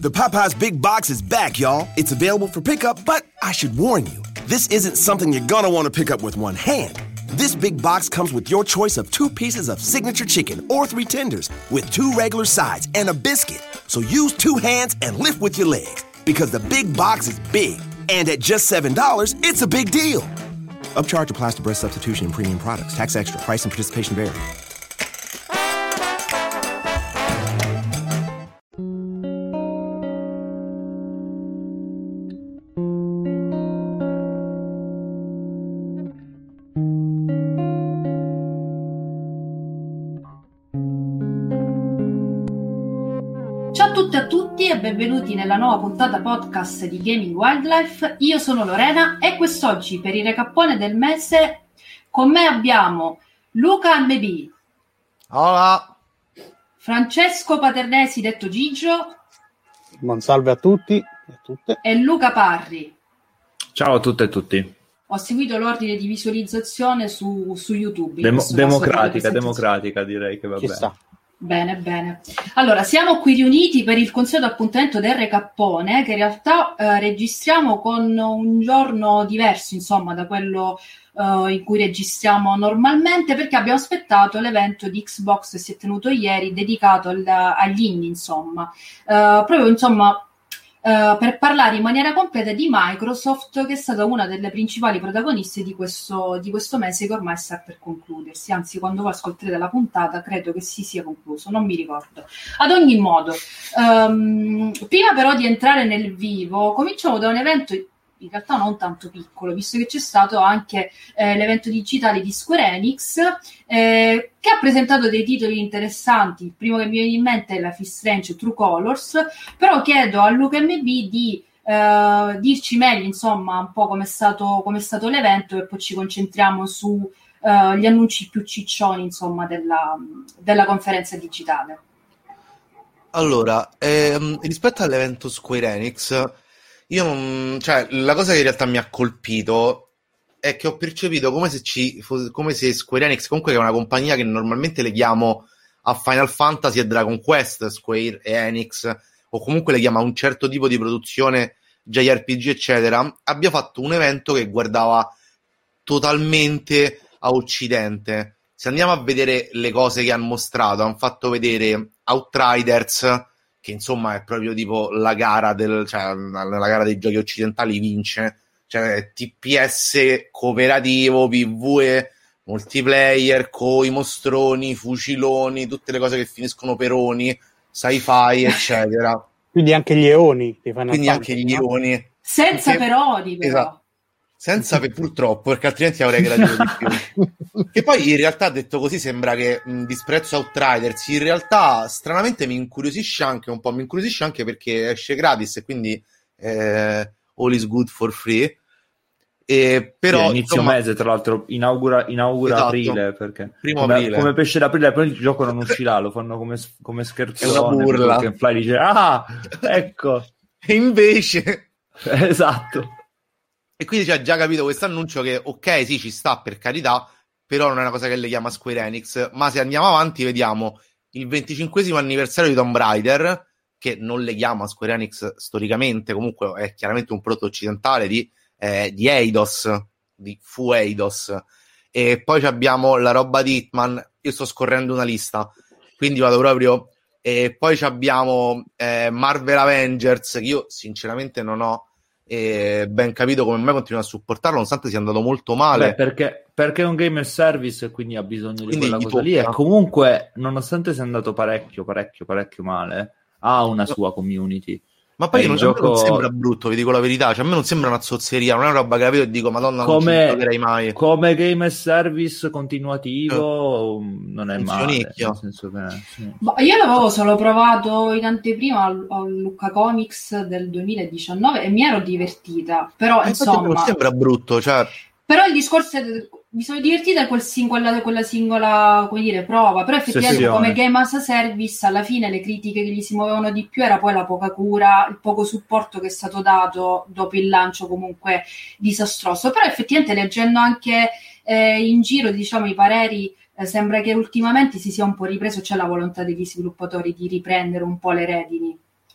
The Popeyes Big Box is back, y'all. It's available for pickup, but I should warn you, this isn't something you're gonna want to pick up with one hand. This big box comes with your choice of 2 pieces of signature chicken or 3 tenders with 2 regular sides and a biscuit. So use 2 hands and lift with your legs because the big box is big. And at just $7, it's a big deal. Upcharge applies to breast substitution and premium products. Tax extra. Price and participation vary. Ciao a tutte e a tutti e benvenuti nella nuova puntata podcast di Gaming Wildlife. Io sono Lorena e quest'oggi per il recappone del mese con me abbiamo Luca MB. Hola. Francesco Paternesi detto Gigio. Buon salve a tutti e a tutte. E Luca Parri. Ciao a tutte e tutti. Ho seguito l'ordine di visualizzazione su YouTube. Democratica direi che va bene. Bene. Allora, siamo qui riuniti per il consueto appuntamento del recappone, che in realtà registriamo con un giorno diverso, insomma, da quello in cui registriamo normalmente, perché abbiamo aspettato l'evento di Xbox che si è tenuto ieri, dedicato agli indie, insomma. Proprio, insomma, per parlare in maniera completa di Microsoft, che è stata una delle principali protagoniste di questo mese che ormai sta per concludersi, anzi quando voi ascolterete la puntata credo che si sia concluso, non mi ricordo. Ad ogni modo, prima però di entrare nel vivo, cominciamo da un evento in realtà non tanto piccolo, visto che c'è stato anche l'evento digitale di Square Enix, che ha presentato dei titoli interessanti. Il primo che mi viene in mente è Life is Strange True Colors, però chiedo a Luca MB di dirci meglio, insomma, un po' come è stato l'evento, e poi ci concentriamo su gli annunci più ciccioni, insomma, della conferenza digitale. Allora, rispetto all'evento Square Enix, la cosa che in realtà mi ha colpito è che ho percepito come se Square Enix, comunque, che è una compagnia che normalmente leghiamo a Final Fantasy e Dragon Quest, Square Enix, o comunque leghiamo a un certo tipo di produzione, JRPG eccetera, abbia fatto un evento che guardava totalmente a Occidente. Se andiamo a vedere le cose che hanno mostrato, hanno fatto vedere Outriders, che insomma è proprio tipo la gara la gara dei giochi occidentali vince, cioè TPS cooperativo, PvE, multiplayer, coi mostroni, fuciloni, tutte le cose che finiscono per oni, sci-fi, eccetera. Quindi anche gli eoni. Senza peroni, però. Esatto. Senza purtroppo, perché altrimenti avrei gradito di più. Che poi in realtà, detto così, sembra che disprezzo Outriders. In realtà stranamente mi incuriosisce anche perché esce gratis e quindi all is good for free. Però inizio mese, tra l'altro inaugura esatto, aprile, perché aprile. Come pesce d'aprile, poi il gioco non uscirà, lo fanno come scherzone, è una burla. Che Fly dice ecco, e invece esatto. E quindi già capito questo annuncio che ok, sì, ci sta, per carità, però non è una cosa che le chiama Square Enix. Ma se andiamo avanti vediamo il 25esimo anniversario di Tomb Raider, che non leghiamo a Square Enix storicamente, comunque è chiaramente un prodotto occidentale di Eidos, di Fu Eidos. E poi abbiamo la roba di Hitman, io sto scorrendo una lista, quindi vado proprio. E poi abbiamo Marvel Avengers, che io sinceramente non ho ben capito come mai continua a supportarlo, nonostante sia andato molto male. Perché è un game as service e quindi ha bisogno di quella cosa lì, e comunque nonostante sia andato parecchio male, ha una sua community. Ma poi non sembra brutto, vi dico la verità, cioè a me non sembra una zozzeria, non è una roba che la vedo e dico madonna, non ci giocherei mai. Come game as service continuativo non è male, nel senso che, sì. Io l'avevo solo provato in anteprima al Lucca Comics del 2019 e mi ero divertita, però insomma non sembra brutto, cioè. Però il discorso è mi sono divertita quella singola, come dire, prova, però effettivamente come game as a service alla fine le critiche che gli si muovevano di più era poi la poca cura, il poco supporto che è stato dato dopo il lancio comunque disastroso. Però effettivamente leggendo anche in giro, diciamo, i pareri, sembra che ultimamente si sia un po' ripreso, c'è la volontà degli sviluppatori di riprendere un po' le redini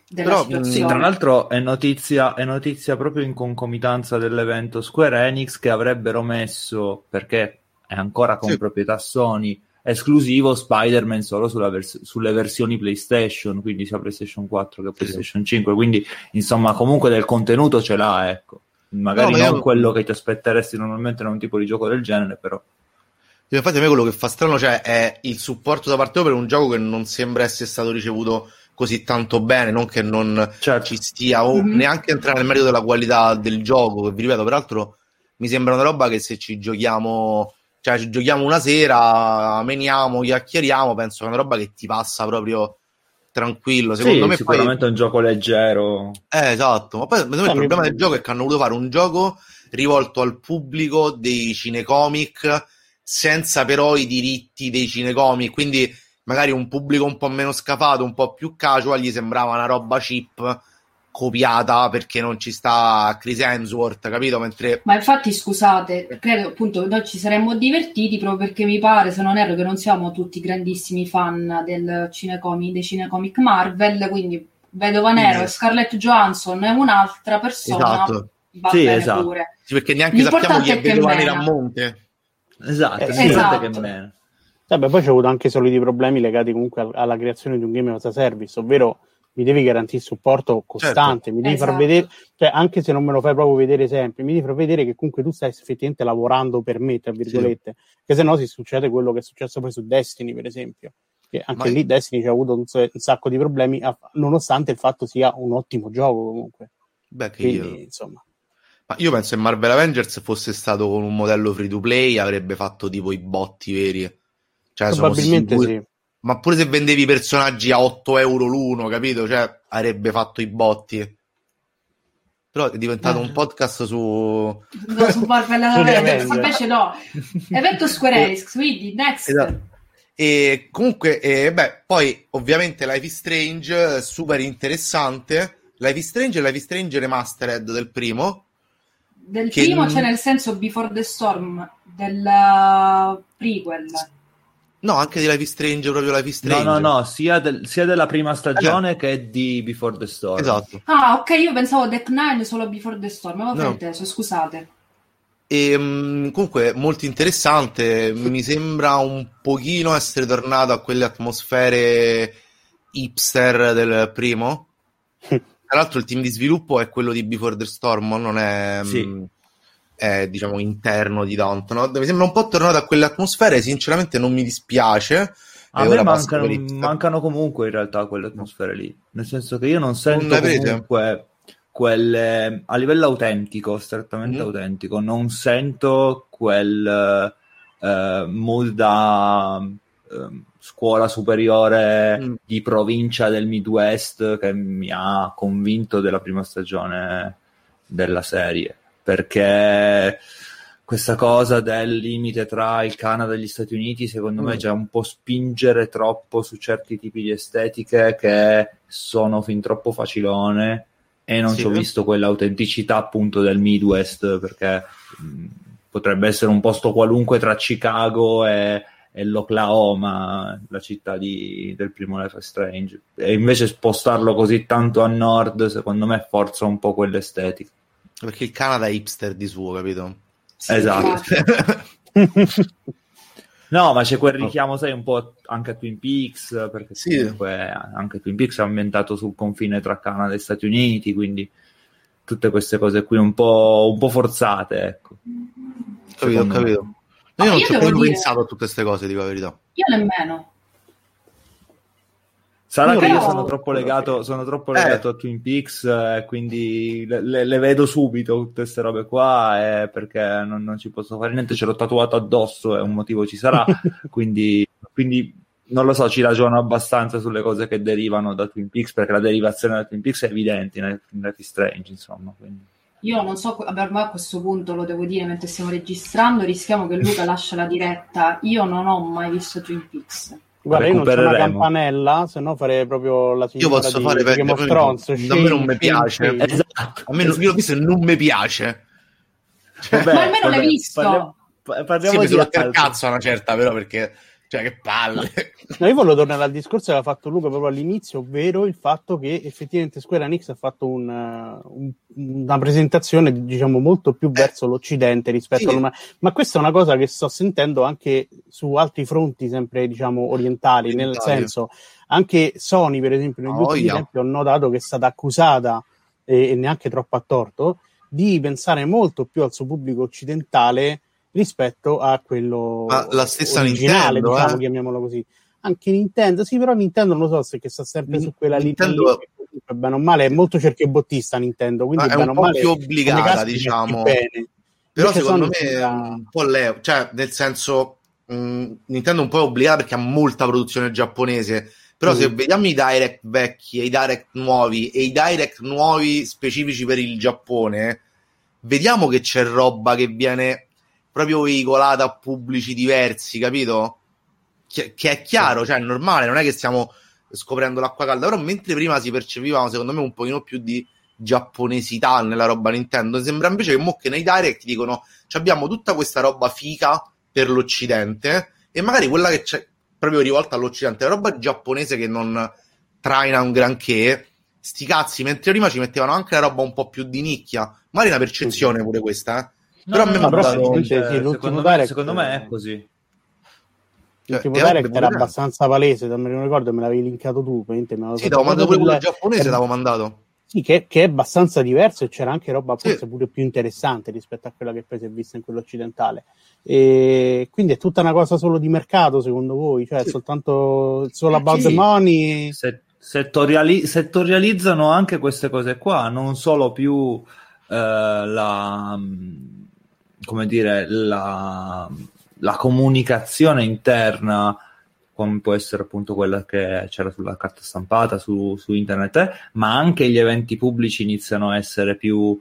della Però, situazione. Sì, tra l'altro è notizia proprio in concomitanza dell'evento Square Enix che avrebbero messo, perché è ancora con Sì. proprietà Sony, esclusivo Spider-Man solo sulle versioni PlayStation, quindi sia PlayStation 4 che PlayStation 5, quindi insomma comunque del contenuto ce l'ha, ecco. Magari No, ma non io- quello che ti aspetteresti normalmente da un tipo di gioco del genere, però. Infatti a me quello che fa strano, cioè, è il supporto da parte loro per un gioco che non sembra essere stato ricevuto così tanto bene, non che non Certo. ci stia o neanche entrare nel merito della qualità del gioco, che vi ripeto, peraltro mi sembra una roba che se ci giochiamo, cioè ci giochiamo una sera, meniamo, chiacchieriamo, penso che è una roba che ti passa proprio tranquillo. Secondo Sì, me sicuramente poi è un gioco leggero. esatto, ma poi secondo me il problema del gioco è che hanno voluto fare un gioco rivolto al pubblico dei cinecomic senza però i diritti dei cinecomic, quindi magari un pubblico un po' meno scafato, un po' più casual, gli sembrava una roba cheap copiata perché non ci sta Chris Hemsworth, capito? Mentre Ma infatti, scusate, credo appunto noi ci saremmo divertiti proprio perché mi pare, se non erro, che non siamo tutti grandissimi fan dei cinecomic Marvel, quindi Vedova Nero e Scarlett Johansson è un'altra persona, esatto, va Sì, bene esatto. pure. sì, perché neanche sappiamo chi L'importante è è che Vedova Nera a mena. monte. Esatto, Esatto. che meno. Vabbè, poi c'è avuto anche i soliti problemi legati comunque alla creazione di un game as a service, ovvero mi devi garantire supporto costante, mi devi far Esatto. vedere, cioè anche se non me lo fai proprio vedere sempre, mi devi far vedere che comunque tu stai effettivamente lavorando per me, tra virgolette, che se no si succede quello che è successo poi su Destiny, per esempio, che anche Ma- lì Destiny c'ha avuto un sacco di problemi, nonostante il fatto sia un ottimo gioco comunque. Beh, che Quindi, insomma. Ma io penso che Marvel Avengers fosse stato con un modello free to play avrebbe fatto tipo i botti veri. Cioè, sono Probabilmente sicuro. sì. Ma pure se vendevi i personaggi a 8 euro l'uno, capito? Cioè, avrebbe fatto i botti. Però è diventato un podcast su... No, su Marvel Sugli Avengers, Avengers. invece no. Evento Square Enix, quindi next. Esatto. E comunque, beh, poi ovviamente Life is Strange, super interessante. Life is Strange e Life is Strange Remastered del primo. Del Che- primo c'è nel senso Before the Storm, del prequel. No, anche di Life is Strange, proprio Life is Strange. No, sia della prima stagione che di Before the Storm. Esatto. Ah, ok, io pensavo Deck Nine solo Before the Storm, avevo No. frainteso, scusate. E comunque molto interessante, mi sembra un pochino essere tornato a quelle atmosfere hipster del primo. Tra l'altro il team di sviluppo è quello di Before the Storm, non è, Sì. è diciamo interno di Dontnod. Mi sembra un po' tornato a quelle atmosfere, sinceramente non mi dispiace. A E me ora passo per mancano comunque in realtà quelle atmosfere lì, nel senso che io non sento le avete? comunque quelle a livello autentico, strettamente Mhm. autentico, non sento quel mood da scuola superiore di provincia del Midwest che mi ha convinto della prima stagione della serie, perché questa cosa del limite tra il Canada e gli Stati Uniti secondo me già un po' spingere troppo su certi tipi di estetiche che sono fin troppo facilone e non Sì. ci ho visto quell'autenticità appunto del Midwest, perché potrebbe essere un posto qualunque tra Chicago e l'Oklahoma, la città del primo Life is Strange, e invece spostarlo così tanto a nord secondo me forza un po' quell'estetica. Perché il Canada è hipster di suo, capito? Sì, Esatto. infatti. No, ma c'è quel richiamo, sai, un po' anche a Twin Peaks, perché Sì. comunque anche Twin Peaks è ambientato sul confine tra Canada e Stati Uniti, quindi tutte queste cose qui un po' forzate, ecco. Capito, ho Secondo capito. me. Io non io ci ho devo proprio dire- pensato a tutte queste cose, dico la verità. Io nemmeno. Sarà che io Però- sono troppo legato a Twin Peaks, quindi le vedo subito tutte queste robe qua, perché non ci posso fare niente, ce l'ho tatuato addosso e un motivo ci sarà, quindi non lo so, ci ragiono abbastanza sulle cose che derivano da Twin Peaks, perché la derivazione da Twin Peaks è evidente in Life is Strange, insomma. Quindi. Io non so, vabbè, ormai a questo punto lo devo dire mentre stiamo registrando, rischiamo che Luca lascia la diretta. Io non ho mai visto Twin Peaks. Guarda, io non c'ho una Recupereremo. campanella, se no farei proprio la Io signora posso di fare Game of peggio, Thrones. a me non mi piace. Esatto. A me io l'ho visto e non mi piace. Vabbè, Ma almeno l'hai visto. Parliamo Sì, mi di sulla altro. per cazzo a una certa, però, perché Cioè, che palle. No, io volevo tornare al discorso che aveva fatto Luca proprio all'inizio, ovvero il fatto che effettivamente Square Enix ha fatto una presentazione, diciamo, molto più verso l'Occidente rispetto ma questa è una cosa che sto sentendo anche su altri fronti, sempre, diciamo, orientali, nel senso, anche Sony, per esempio, negli ultimi tempi ho notato che è stata accusata, e neanche troppo a torto, di pensare molto più al suo pubblico occidentale rispetto a quello la stessa originale, Nintendo, diciamo, chiamiamolo così. Anche Nintendo, sì, però Nintendo non lo so se che sta sempre su quella Nintendo... linea, bene o male, è molto cerchiobottista Nintendo, quindi è un po' più obbligata, diciamo. Però secondo me è un po' cioè, nel senso, Nintendo un po' è obbligata perché ha molta produzione giapponese, però se vediamo i direct vecchi e i direct nuovi e i direct nuovi specifici per il Giappone, vediamo che c'è roba che viene proprio veicolata a pubblici diversi, capito? Che è chiaro, cioè è normale, non è che stiamo scoprendo l'acqua calda, però mentre prima si percepivano secondo me un pochino più di giapponesità nella roba Nintendo, sembra invece che mo che nei direct dicono abbiamo tutta questa roba fica per l'Occidente e magari quella che c'è proprio rivolta all'Occidente, la roba giapponese che non traina un granché, sti cazzi, mentre prima ci mettevano anche la roba un po' più di nicchia, magari una percezione pure questa, però a me secondo me è così. L'ultimo direct era abbastanza palese, non me lo ricordo, me l'avevi linkato tu. Sì, t'avevo mandato pure quello giapponese, t'avevo mandato. Sì, che è abbastanza diverso e c'era anche roba forse pure più interessante rispetto a quella che poi si è vista in quello occidentale. E quindi è tutta una cosa solo di mercato, secondo voi? Cioè, soltanto solo about the money? Settorializzano anche queste cose qua, non solo più come dire, la comunicazione interna, come può essere appunto quella che c'era sulla carta stampata su internet, ma anche gli eventi pubblici iniziano a essere più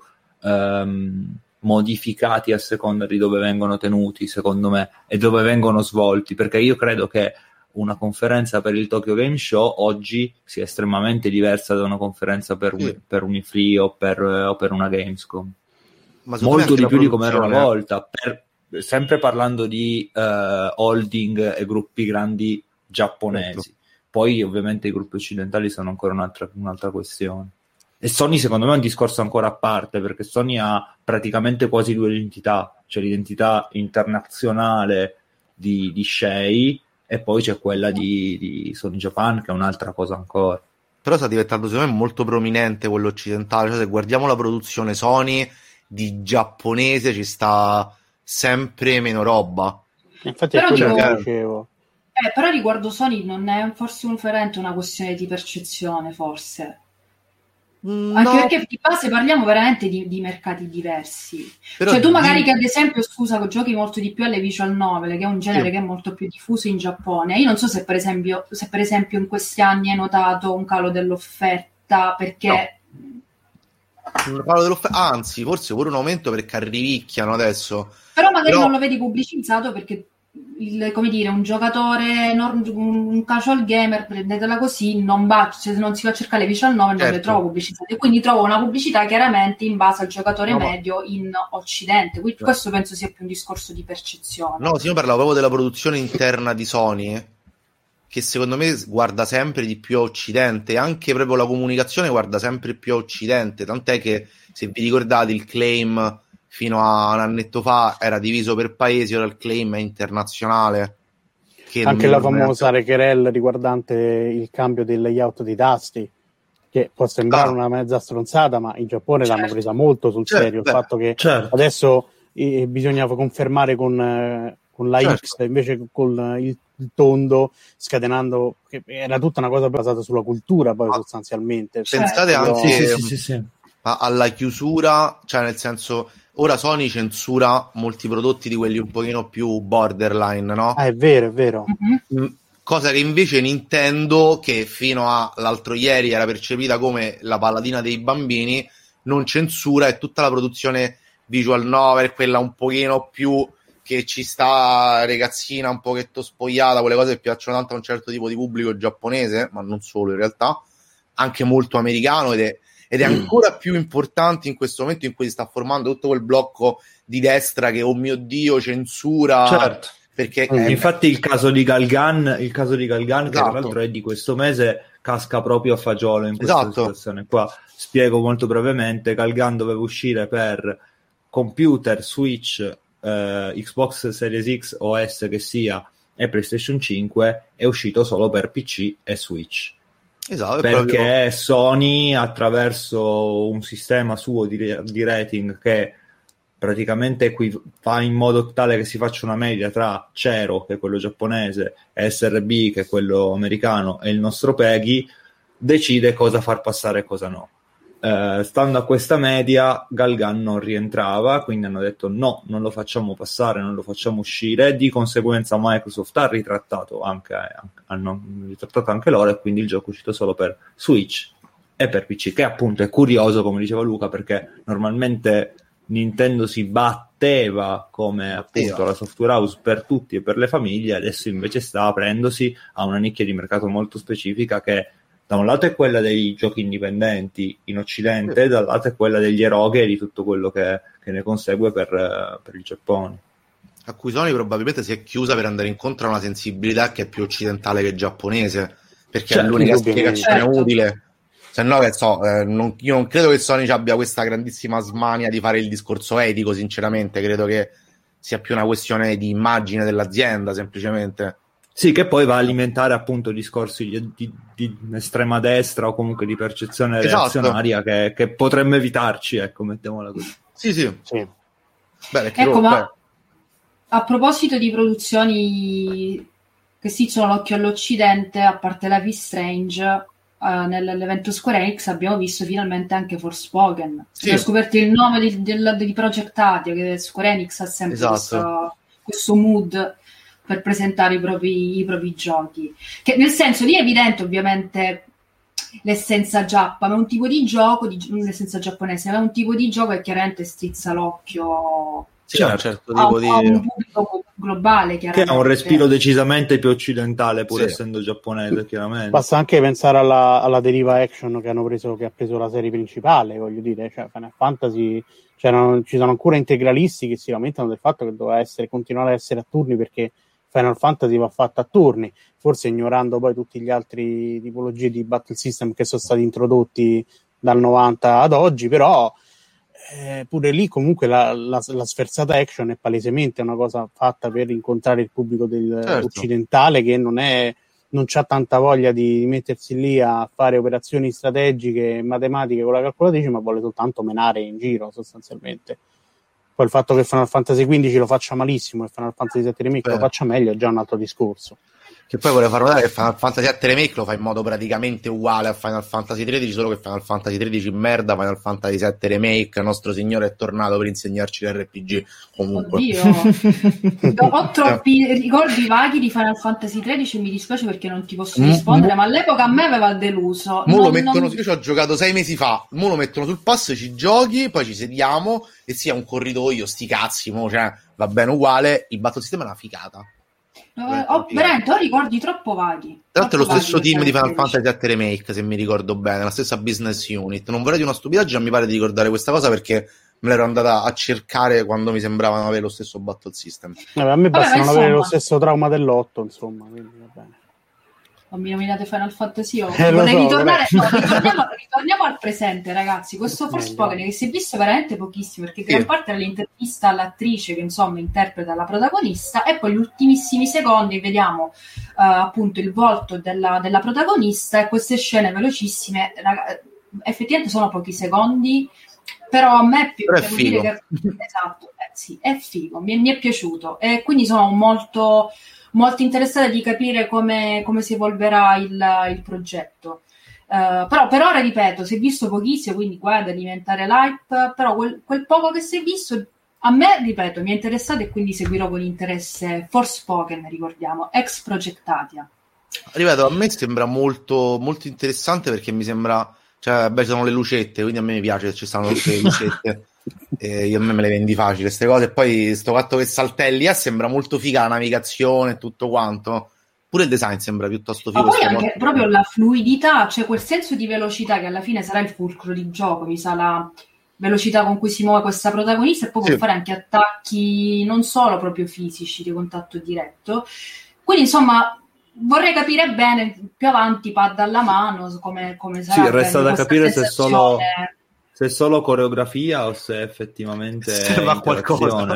modificati a seconda di dove vengono tenuti, secondo me, e dove vengono svolti, perché io credo che una conferenza per il Tokyo Game Show oggi sia estremamente diversa da una conferenza per un E3 o per una Gamescom, molto di più di come era una volta, sempre parlando di holding e gruppi grandi giapponesi. Poi ovviamente i gruppi occidentali sono ancora un'altra questione, e Sony secondo me è un discorso ancora a parte, perché Sony ha praticamente quasi due identità, c'è l'identità internazionale di Shay e poi c'è quella di Sony Japan, che è un'altra cosa ancora. Però sta diventando secondo me molto prominente quello occidentale, cioè se guardiamo la produzione Sony di giapponese ci sta sempre meno roba. Infatti è quello che dicevo. Però riguardo Sony non è forse una questione di percezione, forse. Anche perché di base parliamo veramente di mercati diversi. Però cioè tu magari che ad esempio, scusa, giochi molto di più alle visual novel, che è un genere che è molto più diffuso in Giappone. Io non so se per esempio in questi anni hai notato un calo dell'offerta, perché un calo dell'offerta, anzi forse pure un aumento perché arrivicchiano adesso. Però magari non lo vedi pubblicizzato perché come dire, un giocatore, un casual gamer, prendetela così, non va, se non si va a cercare le visual novel non le trovo pubblicizzate, quindi trovo una pubblicità chiaramente in base al giocatore medio in Occidente, quindi questo penso sia più un discorso di percezione. No, sì, io parlavo proprio della produzione interna di Sony, che secondo me guarda sempre di più a Occidente, anche proprio la comunicazione guarda sempre più a Occidente, tant'è che se vi ricordate il claim fino a un annetto fa era diviso per paesi, ora il claim è internazionale. Che anche la famosa requerel riguardante il cambio del layout dei tasti, che può sembrare una mezza stronzata, ma in Giappone l'hanno presa molto sul serio, il fatto che adesso bisogna confermare con la X invece con il tondo, scatenando, che era tutta una cosa basata sulla cultura poi sostanzialmente. Pensate anche alla chiusura, cioè nel senso, ora Sony censura molti prodotti di quelli un pochino più borderline, no? È vero, è vero. Cosa che invece Nintendo, che fino all'altro ieri era percepita come la paladina dei bambini, non censura, è tutta la produzione visual novel, quella un pochino più che ci sta ragazzina un pochetto spogliata, quelle cose che piacciono tanto a un certo tipo di pubblico giapponese, ma non solo in realtà, anche molto americano, ed è ancora più importante in questo momento in cui si sta formando tutto quel blocco di destra che, oh mio Dio, censura, perché infatti il caso di Galgan, che tra Esatto. l'altro è di questo mese, casca proprio a fagiolo in questa Esatto. situazione qua. Spiego molto brevemente: Galgan doveva uscire per computer, Switch, Xbox Series X OS che sia e PlayStation 5, è uscito solo per PC e Switch. Esatto, è Perché proprio... Sony, attraverso un sistema suo di rating che praticamente fa in modo tale che si faccia una media tra Cero, che è quello giapponese, e SRB, che è quello americano, e il nostro PEGI, decide cosa far passare e cosa no. Stando a questa media, Galgan non rientrava, quindi hanno detto no, non lo facciamo passare, non lo facciamo uscire. Di conseguenza Microsoft ha ritrattato hanno ritrattato anche loro, e quindi il gioco è uscito solo per Switch e per PC, che appunto è curioso, come diceva Luca, perché normalmente Nintendo si batteva come appunto la software house per tutti e per le famiglie, adesso invece sta aprendosi a una nicchia di mercato molto specifica, che da un lato è quella dei giochi indipendenti in Occidente, e dall'altro è quella degli eroghi e di tutto quello che ne consegue per il Giappone. A cui Sony probabilmente si è chiusa per andare incontro a una sensibilità che è più occidentale che giapponese, perché è l'unica spiegazione utile. Se no, io non credo che Sony abbia questa grandissima smania di fare il discorso etico, sinceramente. Credo che sia più una questione di immagine dell'azienda, semplicemente. Sì, che poi va a alimentare appunto discorsi di estrema destra o comunque di percezione reazionaria che potremmo evitarci, ecco, mettiamola così. Sì. Beh, ecco, ma a proposito di produzioni che strizzano l'occhio all'Occidente, a parte Life is Strange, nell'evento Square Enix abbiamo visto finalmente anche Forspoken. Abbiamo scoperto il nome di Project Atia, che Square Enix ha sempre questo mood per presentare i propri giochi, che nel senso lì è evidente ovviamente l'essenza giappa, ma è un tipo di gioco non l'essenza giapponese, ma è un tipo di gioco che chiaramente strizza l'occhio un certo tipo a un pubblico globale, che ha un respiro decisamente più occidentale, pur essendo giapponese, chiaramente. Basta anche pensare alla deriva action che ha preso la serie principale, voglio dire, cioè Final Fantasy, ci sono ancora integralisti che si lamentano del fatto che doveva continuare a essere a turni, perché Final Fantasy va fatto a turni, forse ignorando poi tutti gli altri tipologie di battle system che sono stati introdotti dal 90 ad oggi, però pure lì comunque la sferzata action è palesemente una cosa fatta per incontrare il pubblico occidentale, che non c'ha tanta voglia di mettersi lì a fare operazioni strategiche, matematiche con la calcolatrice, ma vuole soltanto menare in giro sostanzialmente. Poi il fatto che Final Fantasy XV lo faccia malissimo e Final Fantasy VII Remake lo faccia meglio è già un altro discorso. Che poi vorrei far notare che Final Fantasy VII Remake lo fa in modo praticamente uguale a Final Fantasy XIII, solo che Final Fantasy XIII merda, Final Fantasy VII Remake, nostro signore è tornato per insegnarci l'RPG. Comunque. Oddio. Ho troppi ricordi vaghi di Final Fantasy XIII e mi dispiace perché non ti posso rispondere, ma all'epoca a me aveva deluso. Io ci ho giocato 6 mesi fa, mo lo mettono sul pass, ci giochi, poi ci sediamo e sia un corridoio, sti cazzi, va bene uguale, il battle system è una figata. Veramente ho ricordi troppo vaghi. Tra l'altro è lo stesso team di Final Fantasy VII Remake, se mi ricordo bene, la stessa business unit. Non vorrei di una stupidaggine, mi pare di ricordare questa cosa, perché me l'ero andata a cercare quando mi sembravano avere lo stesso battle system. A me basta non avere lo stesso trauma dell'8, insomma, quindi va bene. Non mi nominate Final Fantasy, vorrei ritornare. Ritorniamo al presente, ragazzi. Questo Forspoken che si è visto veramente pochissimo, perché gran parte dell'intervista all'attrice che insomma interpreta la protagonista, e poi gli ultimissimi secondi vediamo appunto il volto della protagonista, e queste scene velocissime, effettivamente sono pochi secondi, però a me è figo. Dire che, esatto, sì, è figo, mi è piaciuto, e quindi sono molto interessata di capire come si evolverà il progetto. Però per ora, ripeto, si è visto pochissimo, quindi qua è da diventare l'hype, però quel poco che si è visto a me, ripeto, mi è interessato, e quindi seguirò con interesse Forspoken, ricordiamo, ex Project Atia. Ripeto, a me sembra molto, molto interessante, perché mi sembra, ci sono le lucette, quindi a me mi piace che ci stanno tutte le lucette. Io a me le vendi facile queste cose, e poi sto fatto che saltelli sembra molto figa la navigazione e tutto quanto, pure il design sembra piuttosto figo, ma poi anche proprio la fluidità, cioè quel senso di velocità che alla fine sarà il fulcro di gioco, mi sa velocità con cui si muove questa protagonista, e poi può fare anche attacchi non solo proprio fisici di contatto diretto. Quindi insomma vorrei capire bene più avanti, pad alla mano, come sarà. Sì, resta da capire se è solo coreografia o se effettivamente serve a qualcosa.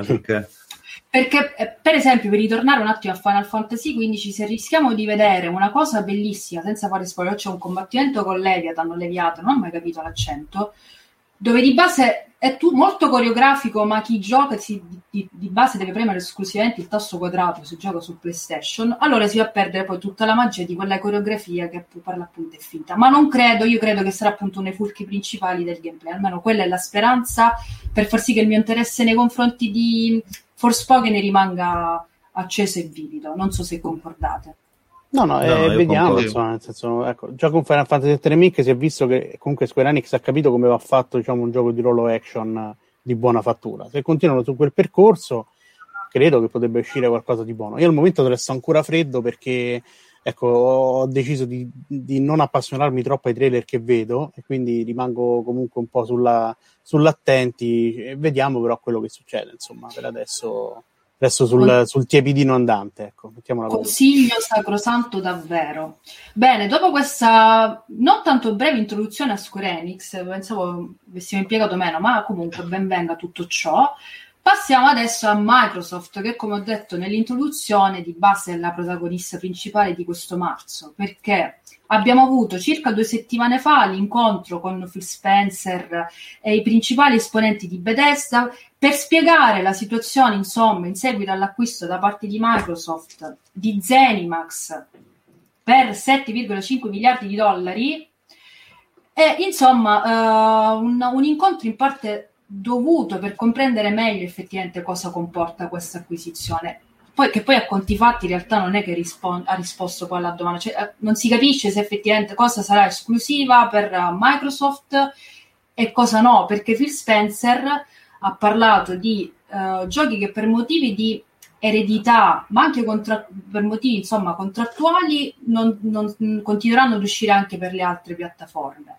Perché per esempio, per ritornare un attimo a Final Fantasy XV, se rischiamo di vedere una cosa bellissima, senza fare spoiler, c'è un combattimento con Leviathan, non ho mai capito l'accento, dove di base è molto coreografico, ma chi gioca di base deve premere esclusivamente il tasto quadrato se gioca su PlayStation, allora si va a perdere poi tutta la magia di quella coreografia che per l'appunto è finta. Ma non credo, io credo che sarà appunto uno dei fulcri principali del gameplay, almeno quella è la speranza, per far sì che il mio interesse nei confronti di Forspoken rimanga acceso e vivido. Non so se concordate. No, vediamo, insomma, nel senso, ecco, già con Final Fantasy VII Remake si è visto che comunque Square Enix ha capito come va fatto, diciamo, un gioco di ruolo action di buona fattura. Se continuano su quel percorso, credo che potrebbe uscire qualcosa di buono. Io al momento resto ancora freddo perché, ecco, ho deciso di non appassionarmi troppo ai trailer che vedo e quindi rimango comunque un po' sull'attenti e vediamo però quello che succede, insomma, per adesso resto sul tiepidino andante, ecco, mettiamola così. Consiglio sacrosanto davvero. Bene, dopo questa non tanto breve introduzione a Square Enix, pensavo avessimo impiegato meno, ma comunque ben venga tutto ciò. Passiamo adesso a Microsoft, che come ho detto nell'introduzione di base è la protagonista principale di questo marzo, perché abbiamo avuto circa 2 settimane fa l'incontro con Phil Spencer e i principali esponenti di Bethesda per spiegare la situazione, insomma, in seguito all'acquisto da parte di Microsoft di Zenimax per 7,5 miliardi di dollari e, insomma, un incontro in parte dovuto per comprendere meglio effettivamente cosa comporta questa acquisizione. Che poi a conti fatti in realtà non è che ha risposto poi alla domanda, cioè, non si capisce se effettivamente cosa sarà esclusiva per Microsoft e cosa no, perché Phil Spencer ha parlato di giochi che per motivi di eredità, ma anche per motivi insomma contrattuali non continueranno ad uscire anche per le altre piattaforme.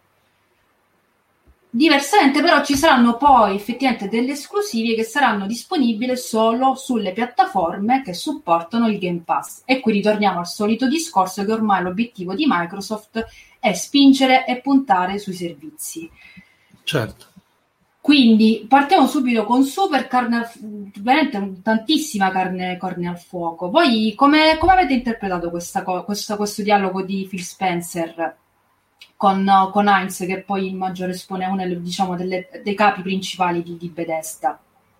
Diversamente però ci saranno poi effettivamente delle esclusive che saranno disponibili solo sulle piattaforme che supportano il Game Pass. E qui ritorniamo al solito discorso che ormai l'obiettivo di Microsoft è spingere e puntare sui servizi. Certo. Quindi partiamo subito con super carne, veramente tantissima carne al fuoco. Voi come avete interpretato questo dialogo di Phil Spencer con Heinz, che poi il maggiore espone uno diciamo dei capi principali di Bethesda?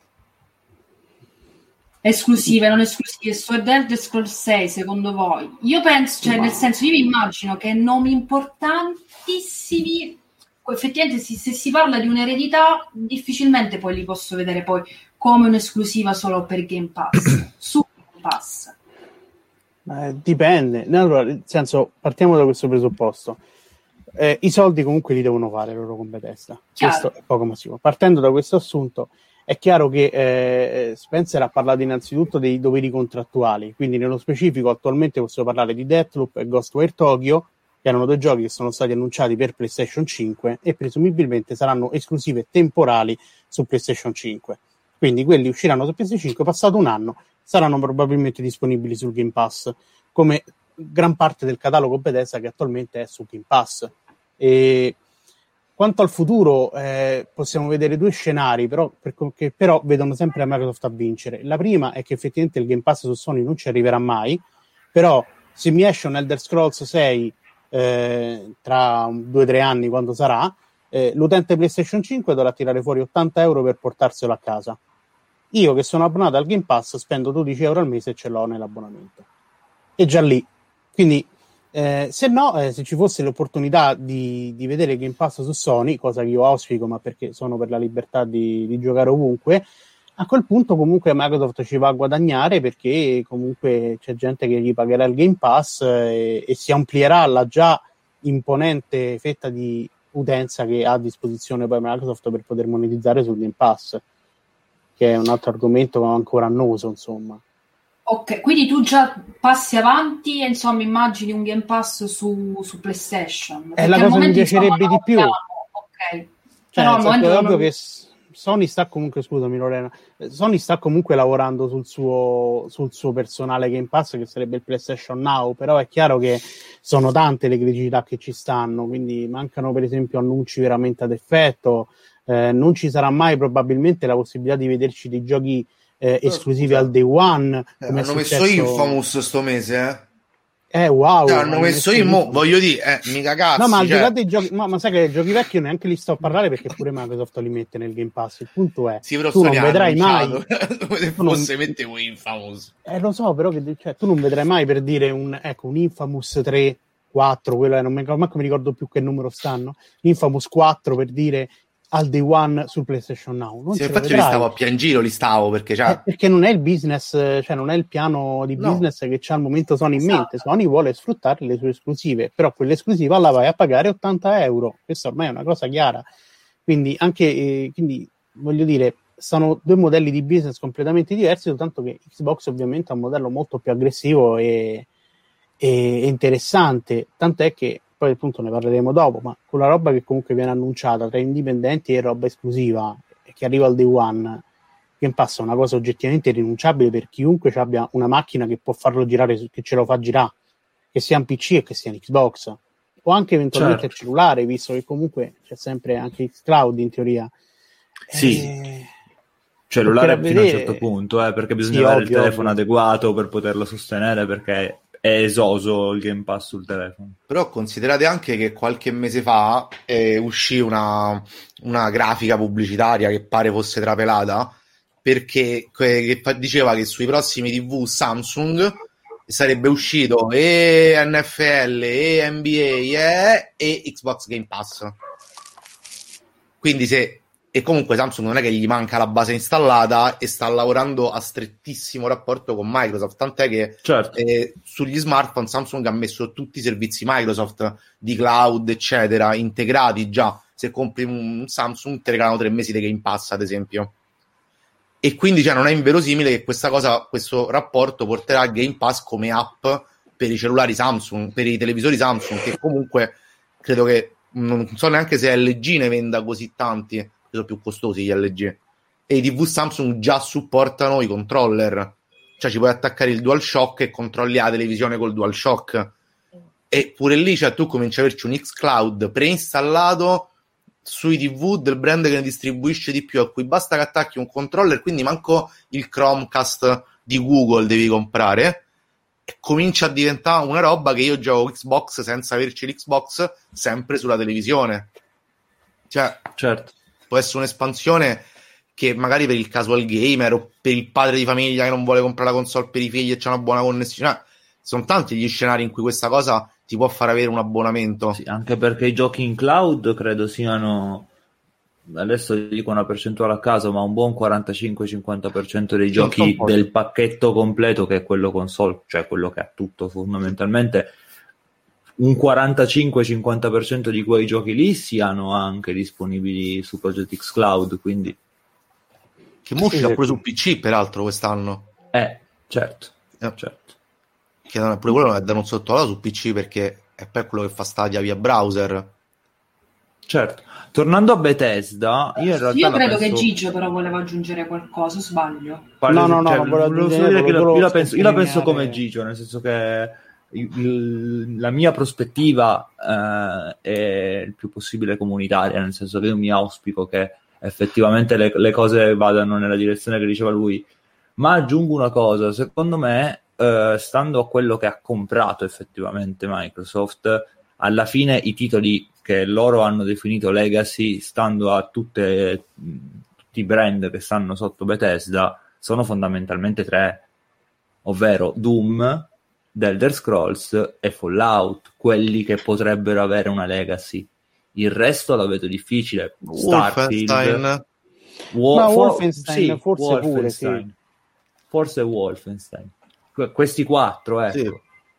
Esclusive, non esclusive, Sword Elder Scrolls 6 secondo voi? Io penso, cioè nel senso, io vi immagino che nomi importantissimi effettivamente se si parla di un'eredità difficilmente poi li posso vedere poi come un'esclusiva solo per Game Pass su Game Pass. Dipende, allora, nel senso, partiamo da questo presupposto. I soldi comunque li devono fare loro con Bethesda, questo è poco ma sicuro. Partendo da questo assunto è chiaro che Spencer ha parlato innanzitutto dei doveri contrattuali, quindi nello specifico attualmente possiamo parlare di Deathloop e Ghostwire Tokyo, che erano 2 giochi che sono stati annunciati per PlayStation 5 e presumibilmente saranno esclusive temporali su PlayStation 5. Quindi quelli usciranno su PlayStation 5, passato un anno, saranno probabilmente disponibili sul Game Pass, come gran parte del catalogo Bethesda che attualmente è su Game Pass. E quanto al futuro possiamo vedere 2 scenari che però vedono sempre la Microsoft a vincere. La prima è che effettivamente il Game Pass su Sony non ci arriverà mai, però se mi esce un Elder Scrolls 6 tra 2-3 anni, quando sarà, l'utente PlayStation 5 dovrà tirare fuori 80 euro per portarselo a casa. Io che sono abbonato al Game Pass spendo 12 euro al mese e ce l'ho nell'abbonamento. E già lì. Quindi se no, se ci fosse l'opportunità di vedere il Game Pass su Sony, cosa che io auspico, ma perché sono per la libertà di giocare ovunque, a quel punto comunque Microsoft ci va a guadagnare, perché comunque c'è gente che gli pagherà il Game Pass e si amplierà la già imponente fetta di utenza che ha a disposizione poi Microsoft per poter monetizzare sul Game Pass, che è un altro argomento ancora annoso, insomma. Ok, quindi tu già passi avanti e insomma immagini un Game Pass su PlayStation. È la cosa che mi piacerebbe di più. Ok. Cioè, Però al momento è ovvio non- che Sony sta comunque, scusami Lorena, Sony sta comunque lavorando sul suo personale Game Pass, che sarebbe il PlayStation Now, però è chiaro che sono tante le criticità che ci stanno, quindi mancano per esempio annunci veramente ad effetto, non ci sarà mai probabilmente la possibilità di vederci dei giochi esclusivi scusa. al day one, come è Hanno messo successo... Infamous sto mese, wow, hanno messo io, mo, voglio dire, mica cazzi, no, ma al di là cioè... dei giochi, ma sai che i giochi vecchi io neanche li sto a parlare perché pure Microsoft li mette nel Game Pass. Il punto è, Sì, però tu non Sony ha vedrai mai. annunciato, come se tu non- fosse mettevo Infamous. Lo so, però cioè, tu non vedrai mai per dire un Infamous 3, 4, quello non manco mi ricordo più che numero stanno. Infamous 4 per dire al day one sul PlayStation Now. Non Sì, ce lo infatti li vedrai. stavo a piangiro, perché cioè... Perché non è il business, cioè non è il piano di No. business che c'ha al momento Sony in Esatto. mente. Sony vuole sfruttare le sue esclusive, però quell'esclusiva la vai a pagare 80 euro. Questa ormai è una cosa chiara. Quindi anche, quindi voglio dire, sono due modelli di business completamente diversi, soltanto che Xbox ovviamente ha un modello molto più aggressivo e interessante, tant'è che poi appunto ne parleremo dopo, ma con la roba che comunque viene annunciata tra indipendenti e roba esclusiva che arriva al day one, Game Pass è una cosa oggettivamente irrinunciabile per chiunque abbia una macchina che può farlo girare, che ce lo fa girare, che sia un PC e che sia un Xbox, o anche eventualmente Certo. il cellulare, visto che comunque c'è sempre anche Xcloud in teoria. Sì. Cellulare Perché fino a un vedere- certo punto, perché bisogna Sì, avere ovvio, il telefono ovvio. adeguato per poterlo sostenere, perché è esoso il Game Pass sul telefono. Però considerate anche che qualche mese fa uscì una grafica pubblicitaria che pare fosse trapelata, perché diceva che sui prossimi TV Samsung sarebbe uscito e NFL e NBA e Xbox Game Pass. Quindi e comunque Samsung non è che gli manca la base installata e sta lavorando a strettissimo rapporto con Microsoft, tant'è che Certo. sugli smartphone Samsung ha messo tutti i servizi Microsoft di cloud eccetera integrati già. Se compri un Samsung ti regalano 3 mesi di Game Pass ad esempio, e quindi non è inverosimile che questo rapporto porterà Game Pass come app per i cellulari Samsung, per i televisori Samsung, che comunque credo che non so neanche se LG ne venda così tanti, sono più costosi gli LG, e i TV Samsung già supportano i controller, cioè ci puoi attaccare il DualShock e controlli la televisione col DualShock, e pure lì tu cominci a averci un xCloud preinstallato sui TV del brand che ne distribuisce di più, a cui basta che attacchi un controller, quindi manco il Chromecast di Google devi comprare, e comincia a diventare una roba che io gioco Xbox senza averci l'Xbox sempre sulla televisione. Cioè, Certo. può essere un'espansione che magari per il casual gamer o per il padre di famiglia che non vuole comprare la console per i figli e c'è una buona connessione, sono tanti gli scenari in cui questa cosa ti può far avere un abbonamento. Sì, anche perché i giochi in cloud credo siano, adesso dico una percentuale a caso, ma un buon 45-50% dei giochi del pacchetto completo, che è quello console, cioè quello che ha tutto fondamentalmente, un 45-50% di quei giochi lì siano anche disponibili su Project X Cloud, quindi che mo uscirà pure su PC peraltro quest'anno. Certo. Che pure quello è da non sottovalutare su PC, perché è per quello che fa Stadia via browser. Certo. Tornando a Bethesda, io in realtà io credo penso... che Gigio però voleva aggiungere qualcosa, sbaglio? No, non Io la penso come Gigio, nel senso che la mia prospettiva è il più possibile comunitaria, nel senso che io mi auspico che effettivamente le cose vadano nella direzione che diceva lui, ma aggiungo una cosa, secondo me stando a quello che ha comprato effettivamente Microsoft, alla fine i titoli che loro hanno definito legacy, stando a tutti i brand che stanno sotto Bethesda, sono fondamentalmente 3, ovvero Doom, The Elder Scrolls e Fallout, quelli che potrebbero avere una legacy. Il resto lo vedo difficile. Starfield, Wolfenstein forse Wolfenstein. pure, sì. Forse Wolfenstein. Questi 4, ecco. Sì.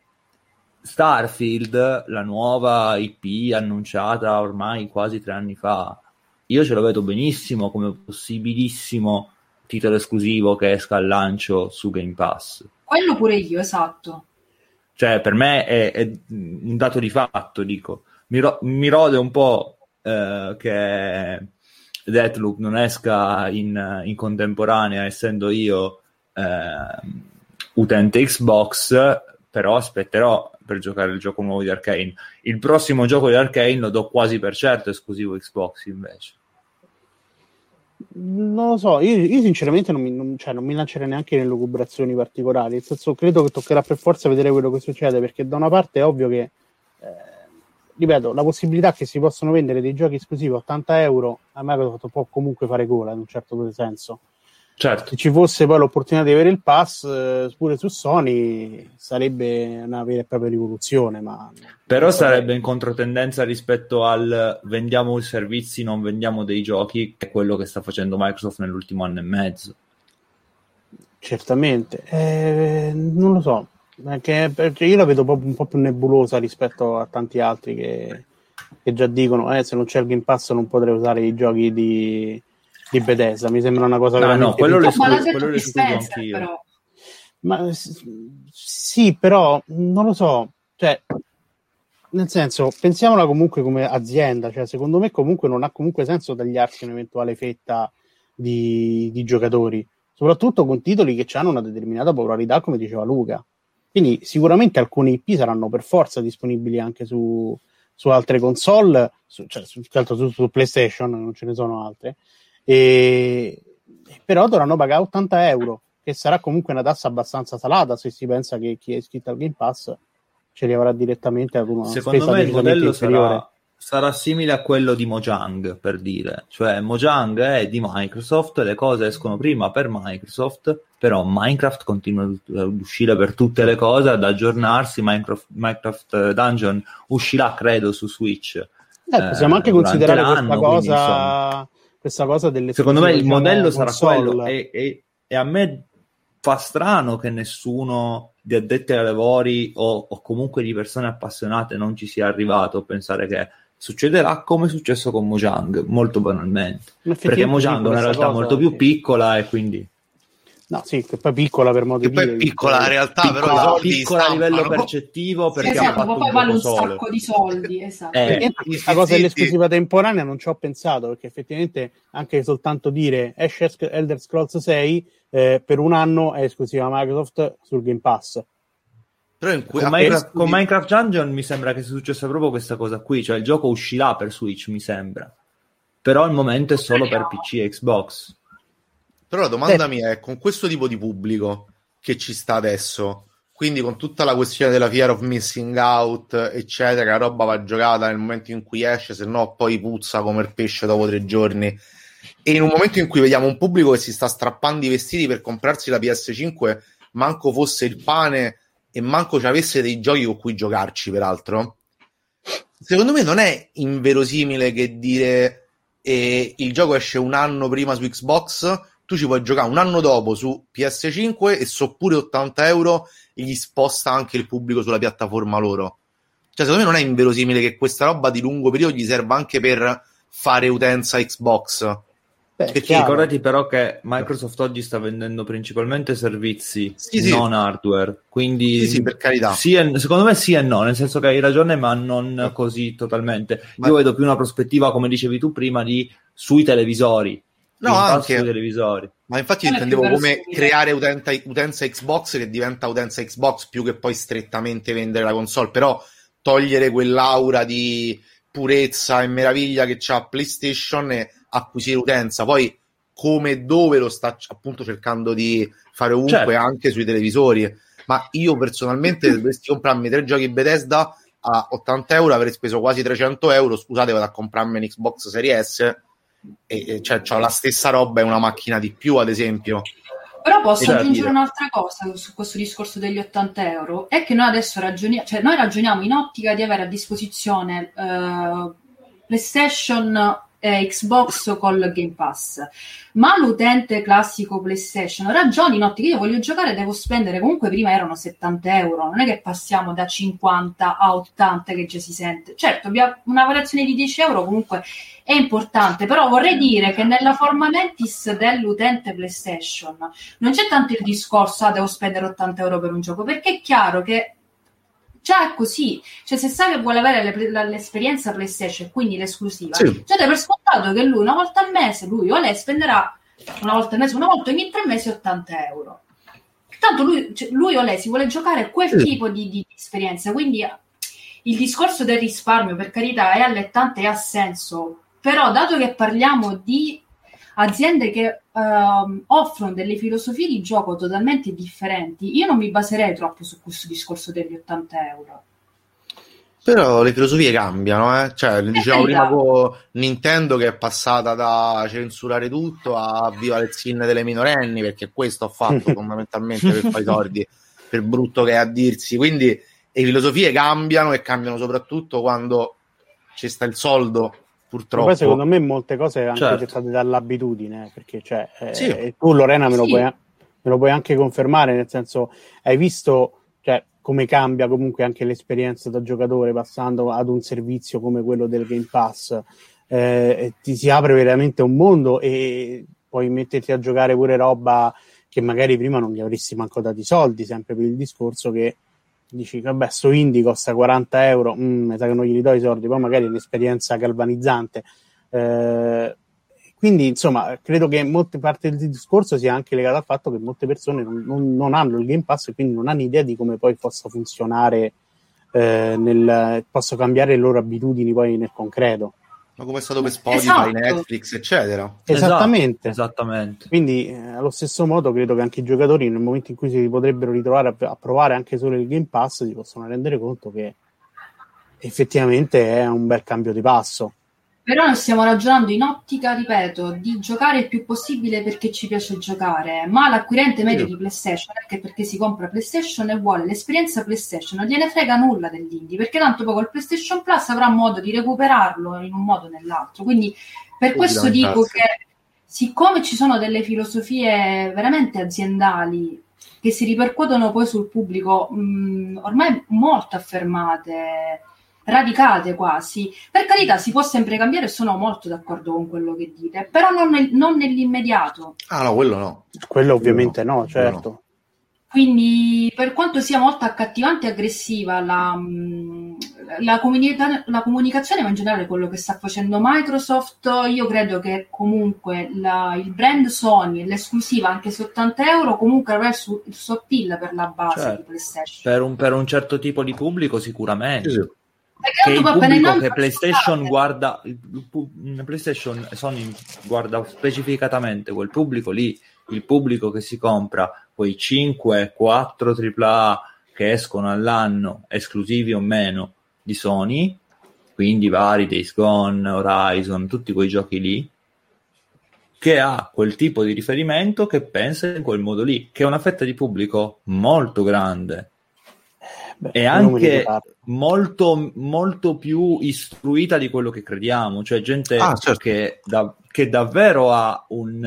Starfield, la nuova IP annunciata ormai quasi 3 anni fa, io ce lo vedo benissimo come possibilissimo titolo esclusivo che esca al lancio su Game Pass. Quello pure io, esatto. Cioè, per me è un dato di fatto, dico. Mi rode un po' che Deathloop non esca in contemporanea, essendo io utente Xbox, però aspetterò per giocare il gioco nuovo di Arcane. Il prossimo gioco di Arcane lo do quasi per certo esclusivo Xbox, invece. Non lo so, io sinceramente non mi lancerei neanche nelle lucubrazioni particolari, nel senso, credo che toccherà per forza vedere quello che succede, perché da una parte è ovvio che ripeto, la possibilità che si possono vendere dei giochi esclusivi a 80 euro a Microsoft può comunque fare gola in un certo senso. Certo. Se ci fosse poi l'opportunità di avere il pass pure su Sony sarebbe una vera e propria rivoluzione, ma però sarebbe in controtendenza rispetto al vendiamo i servizi, non vendiamo dei giochi, che è quello che sta facendo Microsoft nell'ultimo anno e mezzo. Certamente, non lo so, perché io la vedo proprio un po' più nebulosa rispetto a tanti altri che già dicono se non c'è il Game Pass non potrei usare i giochi di Bethesda. Mi sembra una cosa veramente quello lo escludo anch'io. Però. Ma sì, però non lo so, cioè nel senso, pensiamola comunque come azienda, cioè secondo me comunque non ha comunque senso tagliarsi un'eventuale fetta di giocatori, soprattutto con titoli che hanno una determinata popolarità, come diceva Luca. Quindi sicuramente alcuni IP saranno per forza disponibili anche su altre console, su PlayStation, non ce ne sono altre, però dovranno pagare 80 euro, che sarà comunque una tassa abbastanza salata se si pensa che chi è iscritto al Game Pass ce li avrà direttamente ad una secondo spesa me il modello inferiore. sarà simile a quello di Mojang, per dire, cioè Mojang è di Microsoft, le cose escono prima per Microsoft, però Minecraft continua ad uscire per tutte le cose, ad aggiornarsi. Minecraft Dungeon uscirà credo su Switch, possiamo anche considerare questa cosa delle, secondo me il modello sarà console. quello, e a me fa strano che nessuno di addetti ai lavori o comunque di persone appassionate non ci sia arrivato a pensare che succederà come è successo con Mojang, molto banalmente, perché Mojang è una realtà molto più piccola, e quindi no, sì, che poi piccola per modo che di poi dire, è piccola la realtà, piccola, però i soldi piccola a livello stampano. percettivo, perché esatto, ha fatto poi un vale un gioco solo. sacco di soldi, esatto. Questa cosa dell'esclusiva temporanea non ci ho pensato, perché effettivamente anche soltanto dire esce Elder Scrolls 6 per un anno è esclusiva Microsoft sul Game Pass. Però con Minecraft Dungeon mi sembra che sia successa proprio questa cosa qui, cioè il gioco uscirà per Switch, mi sembra, però al momento è solo per PC e Xbox. Però la domanda mia è, con questo tipo di pubblico che ci sta adesso, quindi con tutta la questione della fear of missing out, eccetera, la roba va giocata nel momento in cui esce, se no poi puzza come il pesce dopo 3 giorni, e in un momento in cui vediamo un pubblico che si sta strappando i vestiti per comprarsi la PS5, manco fosse il pane e manco ci avesse dei giochi con cui giocarci, peraltro, secondo me non è inverosimile che dire il gioco esce un anno prima su Xbox, tu ci puoi giocare un anno dopo su PS5 e so pure 80 euro e gli sposta anche il pubblico sulla piattaforma loro. Cioè secondo me non è inverosimile che questa roba di lungo periodo gli serva anche per fare utenza Xbox. Perché ricordati però che Microsoft oggi sta vendendo principalmente servizi, non hardware, quindi sì, per carità. Secondo me sì e no, nel senso che hai ragione, ma non così totalmente. Io vedo più una prospettiva, come dicevi tu prima, sui televisori. No, anche sui televisori. Ma infatti intendevo come creare utenza Xbox che diventa utenza Xbox più che poi strettamente vendere la console, però togliere quell'aura di purezza e meraviglia che c'ha PlayStation e acquisire utenza. Poi come e dove lo sta appunto cercando di fare ovunque, certo, anche sui televisori. Ma io personalmente, se dovessi comprarmi 3 giochi Bethesda a 80 euro, avrei speso quasi 300 euro. Scusate, vado a comprarmi un Xbox Series S e cioè c'ho la stessa roba e una macchina di più, ad esempio. Però posso aggiungere un'altra cosa su questo discorso degli 80 euro, è che noi adesso noi ragioniamo in ottica di avere a disposizione PlayStation e Xbox col Game Pass, ma l'utente classico PlayStation ragioni in ottica, io voglio giocare, devo spendere, comunque prima erano 70 euro, non è che passiamo da 50 a 80 che già si sente, certo una variazione di 10 euro comunque è importante, però vorrei dire che nella forma mentis dell'utente PlayStation non c'è tanto il discorso devo spendere 80 euro per un gioco, perché è chiaro che già è così, cioè se sai che vuole avere l'esperienza PlayStation, quindi l'esclusiva, Sì. cioè dai per scontato che lui una volta al mese, lui o lei spenderà una volta al mese, una volta ogni 3 mesi €80. Tanto lui o lei si vuole giocare quel tipo di esperienza, quindi il discorso del risparmio, per carità, è allettante e ha senso, però dato che parliamo di aziende che offrono delle filosofie di gioco totalmente differenti, io non mi baserei troppo su questo discorso degli €80. Però le filosofie cambiano, cioè dicevamo prima con Nintendo che è passata da censurare tutto a viva le skin delle minorenni, perché questo ha fatto fondamentalmente per fare i soldi, per brutto che è a dirsi, quindi le filosofie cambiano e cambiano soprattutto quando ci sta il soldo, purtroppo. Poi secondo me molte cose anche Certo. dettate dall'abitudine, perché cioè, Sì. tu Lorena me Sì. lo puoi anche confermare, nel senso, hai visto cioè, come cambia comunque anche l'esperienza da giocatore passando ad un servizio come quello del Game Pass, ti si apre veramente un mondo e puoi metterti a giocare pure roba che magari prima non gli avresti manco dati soldi, sempre per il discorso che dici, vabbè, sto indie costa €40, mi sa che non gli do i soldi, poi magari è un'esperienza galvanizzante. Quindi, insomma, credo che molte parti del discorso sia anche legata al fatto che molte persone non hanno il Game Pass e quindi non hanno idea di come poi possa funzionare, possa cambiare le loro abitudini poi nel concreto. Ma come è stato per Spotify, Esatto. Netflix, eccetera. Esattamente. Esattamente. Quindi, allo stesso modo, credo che anche i giocatori, nel momento in cui si potrebbero ritrovare a provare anche solo il Game Pass, si possono rendere conto che effettivamente è un bel cambio di passo. Però noi stiamo ragionando in ottica, ripeto, di giocare il più possibile perché ci piace giocare, ma l'acquirente medio di PlayStation, anche perché si compra PlayStation e vuole l'esperienza PlayStation, non gliene frega nulla dell'indie, perché tanto poi col PlayStation Plus avrà modo di recuperarlo in un modo o nell'altro. Quindi per questo dico che siccome ci sono delle filosofie veramente aziendali che si ripercuotono poi sul pubblico, ormai molto affermate, radicate quasi, per carità si può sempre cambiare, sono molto d'accordo con quello che dite, però non nell'immediato. Ah no, quello no. Quello ovviamente no, certo. No. Quindi per quanto sia molto accattivante e aggressiva la comunicazione, ma in generale quello che sta facendo Microsoft, io credo che comunque il brand Sony e l'esclusiva anche su €80 comunque avrà il suo appeal per la base di PlayStation. Per un certo tipo di pubblico sicuramente. Sì. Che il pubblico che PlayStation guarda, PlayStation Sony guarda specificatamente quel pubblico lì, il pubblico che si compra quei 5-4 AAA che escono all'anno, esclusivi o meno di Sony, quindi vari Days Gone, Horizon, tutti quei giochi lì, che ha quel tipo di riferimento, che pensa in quel modo lì, che è una fetta di pubblico molto grande. E anche molto, molto più istruita di quello che crediamo, cioè gente certo. che davvero ha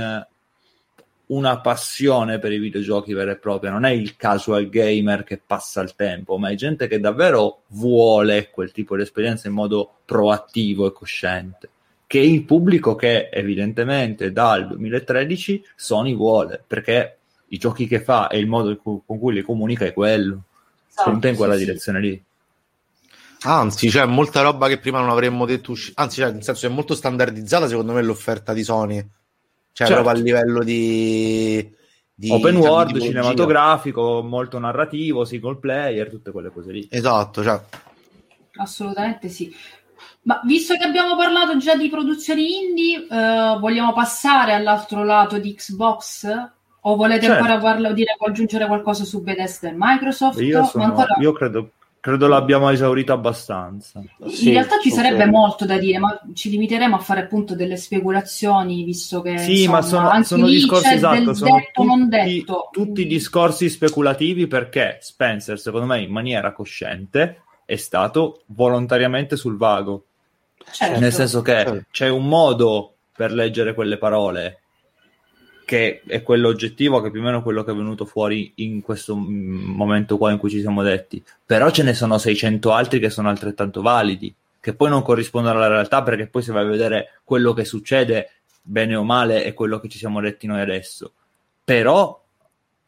una passione per i videogiochi vera e propria, non è il casual gamer che passa il tempo, ma è gente che davvero vuole quel tipo di esperienza in modo proattivo e cosciente, che è il pubblico che evidentemente dal 2013 Sony vuole, perché i giochi che fa e il modo con cui li comunica è quello. Secondo te in quella direzione lì? Anzi, c'è molta roba che prima non avremmo detto anzi, nel senso è molto standardizzata secondo me l'offerta di Sony, cioè certo. proprio a livello di open world, di cinematografico, molto narrativo, single player, tutte quelle cose lì. Esatto, cioè. Assolutamente sì. Ma visto che abbiamo parlato già di produzioni indie, vogliamo passare all'altro lato di Xbox? O volete ancora aggiungere qualcosa su Bethesda e Microsoft? Io credo l'abbiamo esaurito abbastanza. In realtà ci sarebbe molto da dire, ma ci limiteremo a fare appunto delle speculazioni, visto che ma sono lì discorsi c'è esatto, del detto non detto. Tutti discorsi speculativi, perché Spencer, secondo me, in maniera cosciente, è stato volontariamente sul vago. Certo. Nel senso che c'è un modo per leggere quelle parole che è quello oggettivo, che più o meno è quello che è venuto fuori in questo momento qua in cui ci siamo detti, però ce ne sono 600 altri che sono altrettanto validi, che poi non corrispondono alla realtà, perché poi se vai a vedere quello che succede, bene o male, è quello che ci siamo detti noi adesso. Però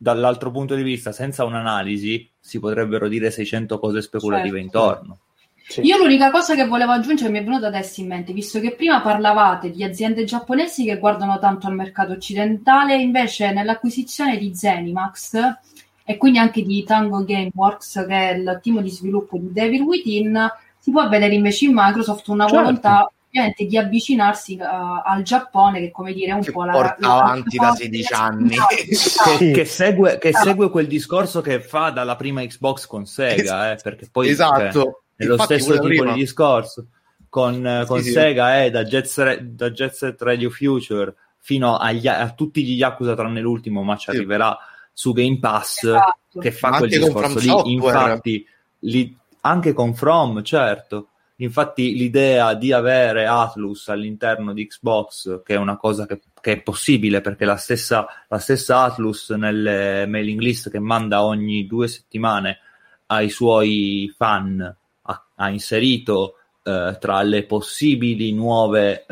dall'altro punto di vista, senza un'analisi, si potrebbero dire 600 cose speculative intorno. Sì. Io l'unica cosa che volevo aggiungere mi è venuta adesso in mente, visto che prima parlavate di aziende giapponesi che guardano tanto al mercato occidentale, invece nell'acquisizione di Zenimax e quindi anche di Tango Gameworks, che è il team di sviluppo di Devil Within, si può vedere invece in Microsoft una volontà ovviamente di avvicinarsi al Giappone, che come dire è un po' porta avanti da 16 anni che segue quel discorso che fa dalla prima Xbox con Sega, perché poi esatto, è lo stesso tipo di discorso con Sega, da Jet Set Radio Future fino a tutti gli Yakuza tranne l'ultimo, ma ci arriverà su Game Pass, esatto, che fa quel discorso lì. Infatti anche con From, certo. Infatti l'idea di avere Atlus all'interno di Xbox, che è una cosa che è possibile, perché la stessa Atlus nelle mailing list che manda ogni 2 settimane ai suoi fan ha inserito tra le possibili nuove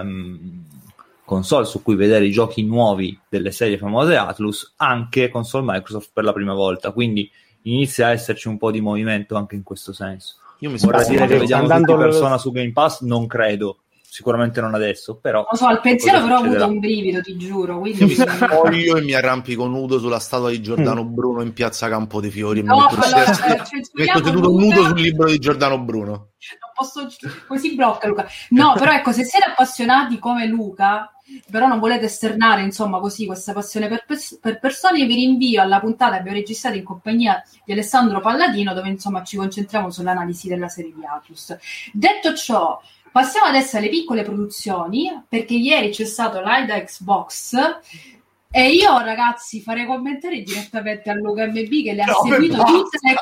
console su cui vedere i giochi nuovi delle serie famose Atlus, anche console Microsoft per la prima volta, quindi inizia a esserci un po' di movimento anche in questo senso. Io mi vorrei dire che vediamo tutti Persona su Game Pass, non credo, sicuramente non adesso, però non so, al pensiero però ho avuto un brivido, ti giuro, quindi mi spoglio e mi arrampico nudo sulla statua di Giordano Bruno in piazza Campo dei Fiori, no, mi metto seduto nudo sul libro di Giordano Bruno. Non posso, così blocca Luca. No, però ecco, se siete appassionati come Luca, però non volete esternare insomma così questa passione per persone, vi rinvio alla puntata che abbiamo registrato in compagnia di Alessandro Palladino, dove insomma ci concentriamo sull'analisi della serie di Atlus. Detto ciò, passiamo adesso alle piccole produzioni, perché ieri c'è stato l'AIDA Xbox e io ragazzi farei commentare direttamente a Luca MB che le ha seguito tutte le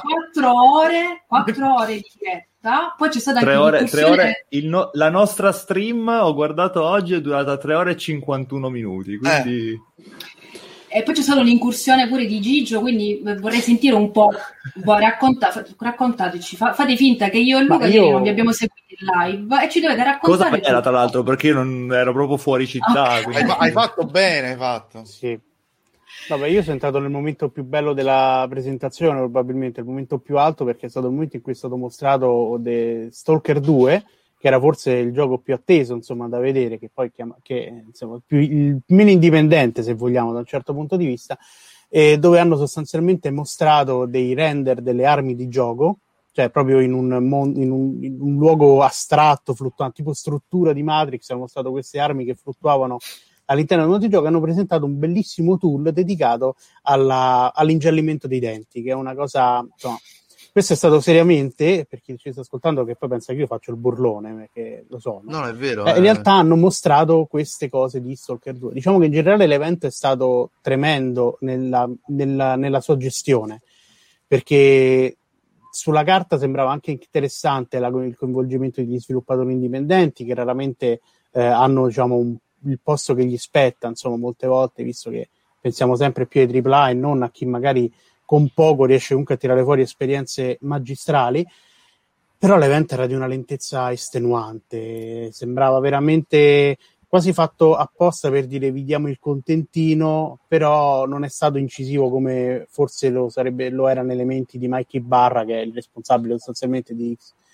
4 ore di diretta. Poi c'è stata 3 ore la nostra stream, ho guardato oggi, è durata 3 ore e 51 minuti, quindi e poi c'è stata un'incursione pure di Gigio, quindi vorrei sentire un po', raccontateci, fate finta che io e Luca non vi abbiamo seguito in live e ci dovete raccontare cosa era, tra l'altro, perché io non ero proprio fuori città, quindi... hai fatto bene, hai fatto. Sì. Vabbè, io sono entrato nel momento più bello della presentazione, probabilmente il momento più alto, perché è stato il momento in cui è stato mostrato The Stalker 2, che era forse il gioco più atteso, insomma, da vedere, che poi insomma, il meno indipendente, se vogliamo, da un certo punto di vista, dove hanno sostanzialmente mostrato dei render delle armi di gioco, cioè proprio in un luogo astratto, fluttuante, tipo struttura di Matrix, hanno mostrato queste armi che fluttuavano all'interno del mondo di gioco. Hanno presentato un bellissimo tool dedicato all'ingiallimento dei denti, che è una cosa, insomma, questo è stato seriamente, per chi ci sta ascoltando che poi pensa che io faccio il burlone, perché lo so, no? Non è vero. In realtà hanno mostrato queste cose di Stalker 2. Diciamo che in generale l'evento è stato tremendo nella sua gestione, perché sulla carta sembrava anche interessante il coinvolgimento degli sviluppatori indipendenti, che raramente hanno, diciamo, il posto che gli spetta, insomma, molte volte, visto che pensiamo sempre più ai AAA e non a chi magari con poco riesce comunque a tirare fuori esperienze magistrali. Però l'evento era di una lentezza estenuante, sembrava veramente quasi fatto apposta per dire vi diamo il contentino, però non è stato incisivo come forse lo era nelle menti di Mikey Barra, che è il responsabile sostanzialmente di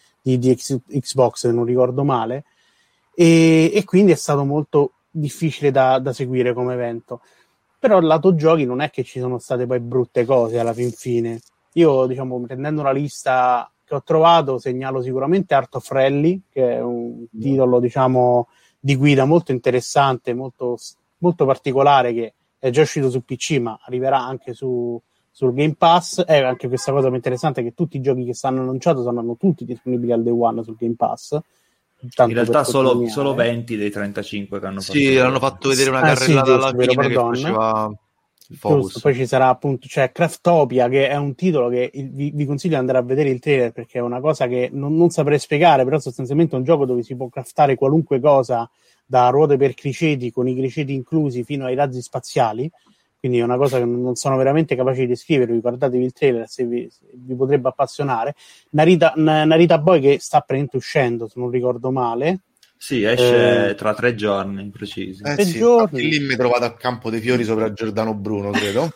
Xbox, se non ricordo male, e quindi è stato molto difficile da seguire come evento. Però al lato giochi non è che ci sono state poi brutte cose alla fin fine. Io, diciamo, prendendo una lista che ho trovato, segnalo sicuramente Art of Rally, che è un titolo, diciamo, di guida molto interessante, molto, molto particolare, che è già uscito su PC, ma arriverà anche sul Game Pass. E anche questa cosa interessante è che tutti i giochi che stanno annunciati saranno tutti disponibili al Day One sul Game Pass. In realtà solo 20 dei 35 che hanno fatto. Sì, hanno fatto vedere una carrellata alla fine che faceva il focus. Giusto, poi ci sarà appunto Craftopia, che è un titolo che vi consiglio di andare a vedere il trailer, perché è una cosa che non saprei spiegare, però sostanzialmente è un gioco dove si può craftare qualunque cosa, da ruote per criceti, con i criceti inclusi, fino ai razzi spaziali. Quindi è una cosa che non sono veramente capace di descrivervi. Guardatevi il trailer se vi potrebbe appassionare. Narita Boy, che sta praticamente uscendo, se non ricordo male. Sì, esce tra 3 giorni precisi. Sì, giorni. lì mi trovato a Campo dei Fiori sopra Giordano Bruno, credo.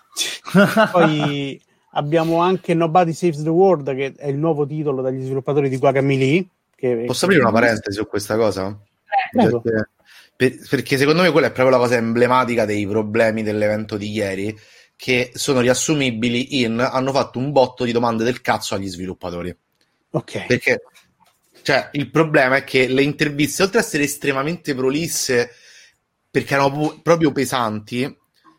Poi abbiamo anche Nobody Saves the World, che è il nuovo titolo dagli sviluppatori di Guacamelee. Posso aprire una parentesi su questa cosa? Prego. Perché secondo me quella è proprio la cosa emblematica dei problemi dell'evento di ieri, che sono riassumibili in hanno fatto un botto di domande del cazzo agli sviluppatori. Ok. Perché cioè, il problema è che le interviste, oltre ad essere estremamente prolisse, perché erano proprio pesanti,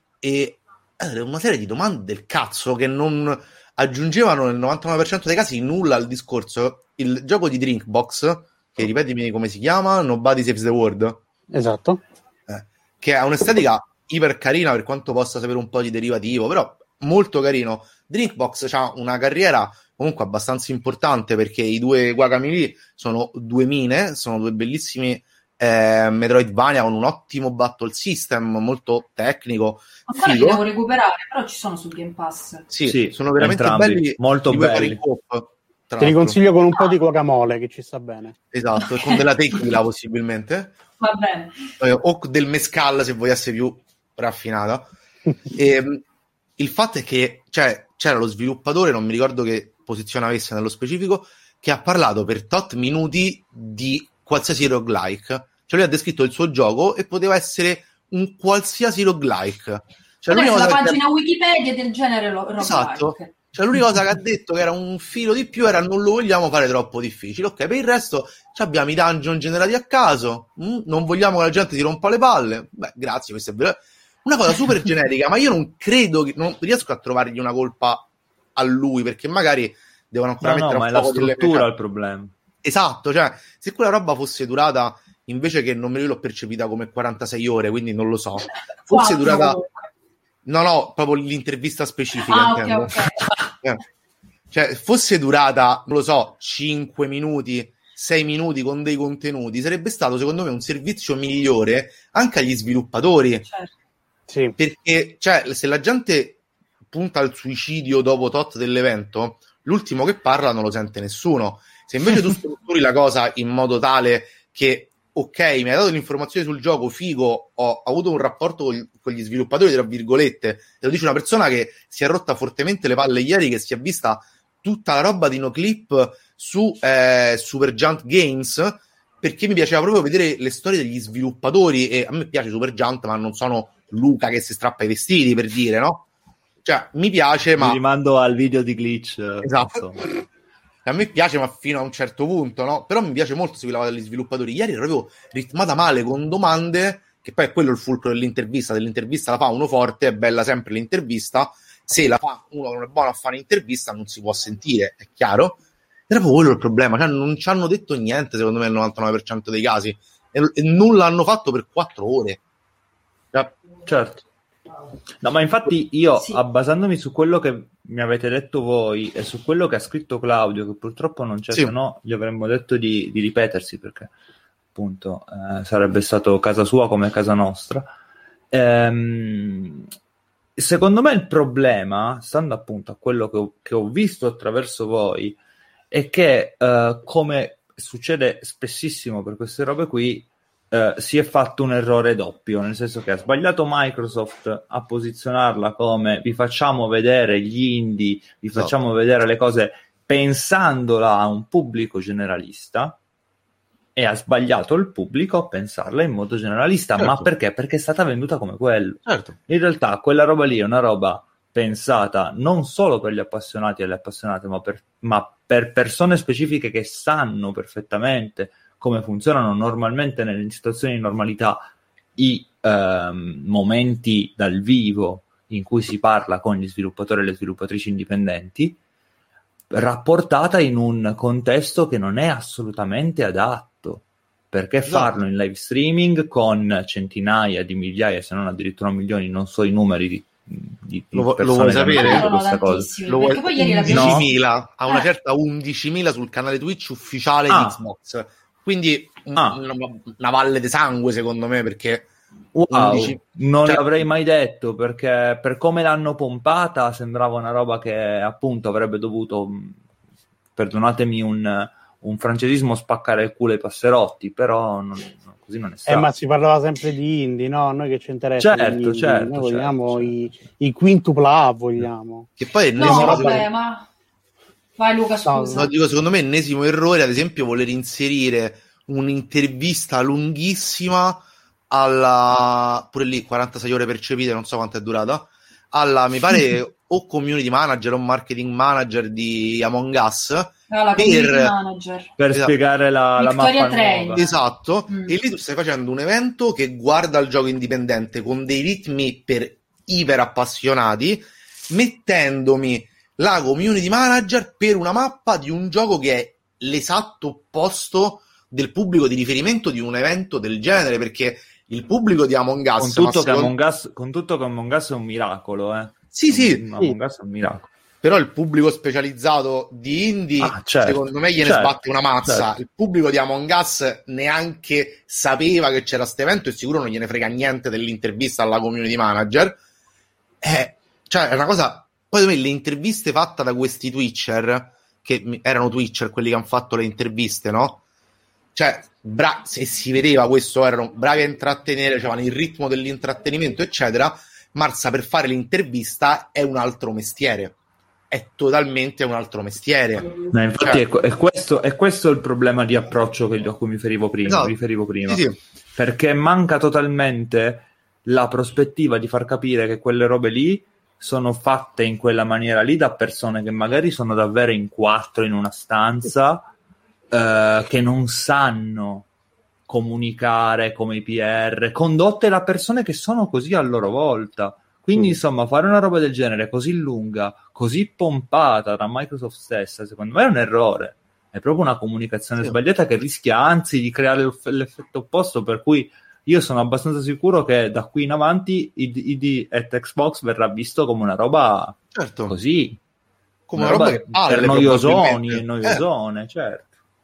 e una serie di domande del cazzo che non aggiungevano nel 99% dei casi nulla al discorso. Il gioco di Drinkbox, che ripetimi come si chiama, Nobody Saves the World, Esatto. che ha un'estetica iper carina per quanto possa sapere un po' di derivativo, però molto carino. Drinkbox ha una carriera comunque abbastanza importante, perché i due Guacamelee sono due mine, sono due bellissimi Metroidvania con un ottimo battle system molto tecnico. Ancora li devo recuperare, però ci sono sul Game Pass. Sì, sono veramente entrambi, belli, molto belli. Te li consiglio con un po' di guacamole, che ci sta bene. Esatto, e con della tequila possibilmente. Va bene. O del mezcal se vuoi essere più raffinata. E, il fatto è che c'era lo sviluppatore, non mi ricordo che posizione avesse nello specifico, che ha parlato per tot minuti di qualsiasi roguelike. Cioè lui ha descritto il suo gioco e poteva essere un qualsiasi roguelike. Cioè, adesso la pagina Wikipedia del genere roguelike. Esatto. Cioè, l'unica cosa che ha detto che era un filo di più era non lo vogliamo fare troppo difficile. Ok, per il resto abbiamo i dungeon generati a caso, non vogliamo che la gente si rompa le palle. Beh, grazie, questo è vero. Una cosa super generica, ma io non credo che non riesco a trovargli una colpa a lui, perché magari devono ancora mettere ma a è la fuoco delle struttura il problema. Esatto, cioè se quella roba fosse durata, invece che non me l'ho percepita come 46 ore, quindi non lo so, fosse durata no, proprio l'intervista specifica, intendo. Okay. Cioè fosse durata, non lo so, 5 minuti, 6 minuti con dei contenuti, sarebbe stato secondo me un servizio migliore anche agli sviluppatori. Certo. Sì. Perché cioè, se la gente punta al suicidio dopo tot dell'evento, l'ultimo che parla non lo sente nessuno. Se invece tu strutturi la cosa in modo tale che, ok, mi hai dato l'informazione sul gioco, figo, ho avuto un rapporto con gli sviluppatori, tra virgolette, e lo dice una persona che si è rotta fortemente le palle ieri, che si è vista tutta la roba di NoClip su Supergiant Games, perché mi piaceva proprio vedere le storie degli sviluppatori, e a me piace Supergiant, ma non sono Luca che si strappa i vestiti, per dire, no? Cioè, mi piace, ma... Mi rimando al video di Glitch. Esatto. A me piace, ma fino a un certo punto, no? Però mi piace molto seguire la dagli sviluppatori. Ieri era proprio ritmata male, con domande, che poi è quello il fulcro dell'intervista. Dell'intervista la fa uno forte, è bella sempre l'intervista. Se la fa uno che non è buono a fare un'intervista, non si può sentire, è chiaro. Era proprio quello il problema. Cioè, non ci hanno detto niente, secondo me, nel 99% dei casi. E non l'hanno fatto per 4 ore. Certo. No, ma infatti io, basandomi su quello che mi avete detto voi e su quello che ha scritto Claudio, che purtroppo non c'è, se no gli avremmo detto di ripetersi, perché appunto sarebbe stato casa sua come casa nostra. Secondo me il problema, stando appunto a quello che ho visto attraverso voi, è che come succede spessissimo per queste robe qui, si è fatto un errore doppio, nel senso che ha sbagliato Microsoft a posizionarla come vi facciamo vedere gli indie, vi facciamo vedere le cose pensandola a un pubblico generalista, e ha sbagliato il pubblico a pensarla in modo generalista. Certo. Ma perché? Perché è stata venduta come quello. Certo. In realtà quella roba lì è una roba pensata non solo per gli appassionati e le appassionate, ma per persone specifiche che sanno perfettamente come funzionano normalmente nelle situazioni di normalità i momenti dal vivo in cui si parla con gli sviluppatori e le sviluppatrici indipendenti, rapportata in un contesto che non è assolutamente adatto, perché farlo in live streaming con centinaia di migliaia, se non addirittura milioni, non so i numeri di lo vuoi sapere? Questa cosa. Lo vuoi... 11.000, a una certa 11.000 sul canale Twitch ufficiale di Xbox. Quindi una valle di sangue, secondo me, perché non l'avrei mai detto, perché per come l'hanno pompata sembrava una roba che appunto avrebbe dovuto, perdonatemi un un francesismo spaccare il culo ai passerotti, però così non è stato. Ma si parlava sempre di indie, no? Noi che ci interessa. Certo, noi vogliamo i quintupla, vogliamo. Che poi ma vai Luca, scusa. No, dico, secondo me ennesimo errore, ad esempio, voler inserire un'intervista lunghissima alla, pure lì 46 ore percepite, non so quanto è durata, alla, mi pare, o community manager o marketing manager di Among Us, per spiegare la mappa nuova. Esatto, e lì tu stai facendo un evento che guarda il gioco indipendente con dei ritmi per iper appassionati, mettendomi la community manager per una mappa di un gioco che è l'esatto opposto del pubblico di riferimento di un evento del genere, perché il pubblico di Among Us, con tutto che Among Us è un miracolo, sì. Among Us è un miracolo. Però il pubblico specializzato di indie, secondo me gliene sbatte una mazza. Certo. Il pubblico di Among Us neanche sapeva che c'era questo evento e sicuro non gliene frega niente dell'intervista alla community manager. Cioè è una cosa. Poi le interviste fatte da questi Twitcher, che erano Twitcher quelli che hanno fatto le interviste, no? Cioè, se si vedeva questo, erano bravi a intrattenere, avevano il ritmo dell'intrattenimento, eccetera. Ma saper fare l'intervista è un altro mestiere. È totalmente un altro mestiere. No, infatti è questo il problema di approccio a cui mi riferivo prima. Sì. Perché manca totalmente la prospettiva di far capire che quelle robe lì sono fatte in quella maniera lì da persone che magari sono davvero in 4 in una stanza, che non sanno comunicare come i PR, condotte da persone che sono così a loro volta. Quindi, insomma, fare una roba del genere così lunga, così pompata da Microsoft stessa, secondo me è un errore. È proprio una comunicazione sbagliata che rischia anzi di creare l'effetto opposto, per cui io sono abbastanza sicuro che da qui in avanti ID at Xbox verrà visto come una roba così. Come una roba che per noiosone, certo.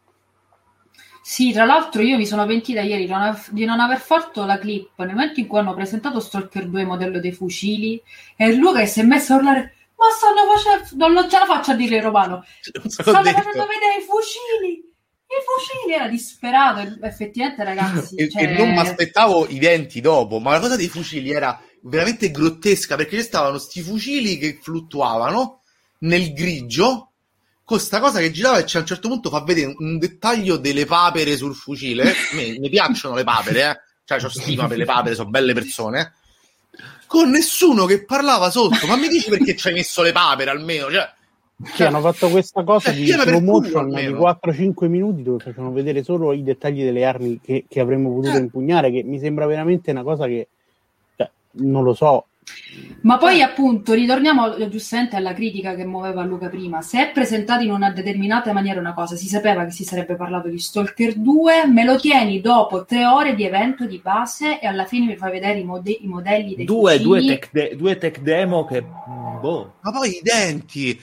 Sì, tra l'altro io mi sono pentita ieri di non aver fatto la clip nel momento in cui hanno presentato Stalker 2 modello dei fucili e Luca che si è messo a urlare ma stanno facendo, non ce la faccio a dire in romano, stanno facendo vedere i fucili, era disperato e effettivamente ragazzi e non mi aspettavo i denti dopo, ma la cosa dei fucili era veramente grottesca perché ci stavano sti fucili che fluttuavano nel grigio con sta cosa che girava e a un certo punto fa vedere un dettaglio delle papere sul fucile. Mi piacciono le papere, cioè c'ho stima per le papere, sono belle persone, con nessuno che parlava sotto. Ma mi dici perché ci hai messo le papere almeno? Cioè, hanno fatto questa cosa di slow motion di 4-5 minuti dove facevano vedere solo i dettagli delle armi che avremmo potuto impugnare, che mi sembra veramente una cosa che non lo so. Ma poi appunto ritorniamo giustamente alla critica che muoveva Luca prima. Se è presentato in una determinata maniera una cosa, si sapeva che si sarebbe parlato di Stalker 2, me lo tieni dopo 3 ore di evento di base e alla fine mi fai vedere i modelli dei due tech demo che ma poi i denti,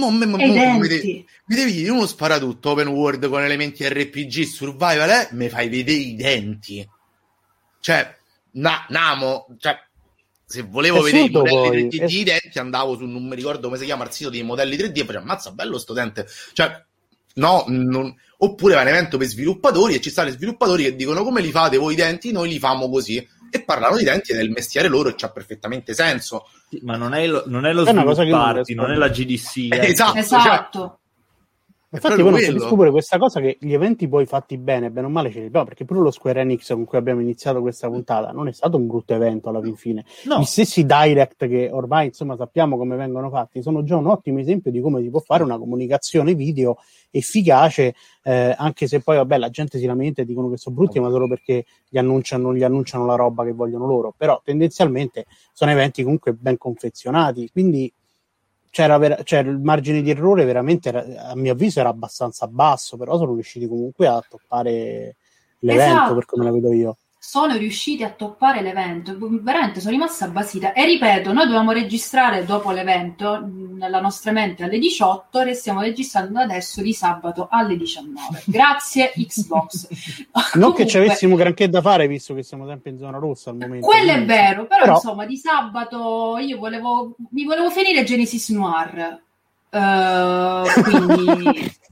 mi devi dire uno sparatutto open world con elementi RPG survival, mi fai vedere i denti, cioè Namo, cioè se volevo vedere i modelli 3D di denti andavo su, non mi ricordo come si chiama, il sito dei modelli 3D e facevo ammazza bello sto dente, cioè oppure va un evento per sviluppatori e ci stanno gli sviluppatori che dicono come li fate voi i denti, noi li famo così e parlano di denti del mestiere loro e c'ha perfettamente senso. Sì, ma non è lo svilupparti, non è la GDC. Esatto. Cioè, infatti voi non si scopre questa cosa che gli eventi poi fatti bene o male ce li abbiamo, perché pure lo Square Enix con cui abbiamo iniziato questa puntata non è stato un brutto evento alla fine. No. Gli stessi direct che ormai insomma sappiamo come vengono fatti sono già un ottimo esempio di come si può fare una comunicazione video efficace, anche se poi la gente si lamenta e dicono che sono brutti ma solo perché non gli annunciano la roba che vogliono loro, però tendenzialmente sono eventi comunque ben confezionati, quindi c'era il margine di errore veramente a mio avviso era abbastanza basso, però sono riusciti comunque a toppare l'evento, per come la vedo io. Sono riusciti a toppare l'evento, veramente sono rimasta basita e ripeto, noi dovevamo registrare dopo l'evento nella nostra mente alle 18 e stiamo registrando adesso di sabato alle 19. Grazie Xbox. Non che ci avessimo granché da fare visto che siamo sempre in zona rossa al momento. Quello è vero, però insomma di sabato io mi volevo finire Genesis Noir, quindi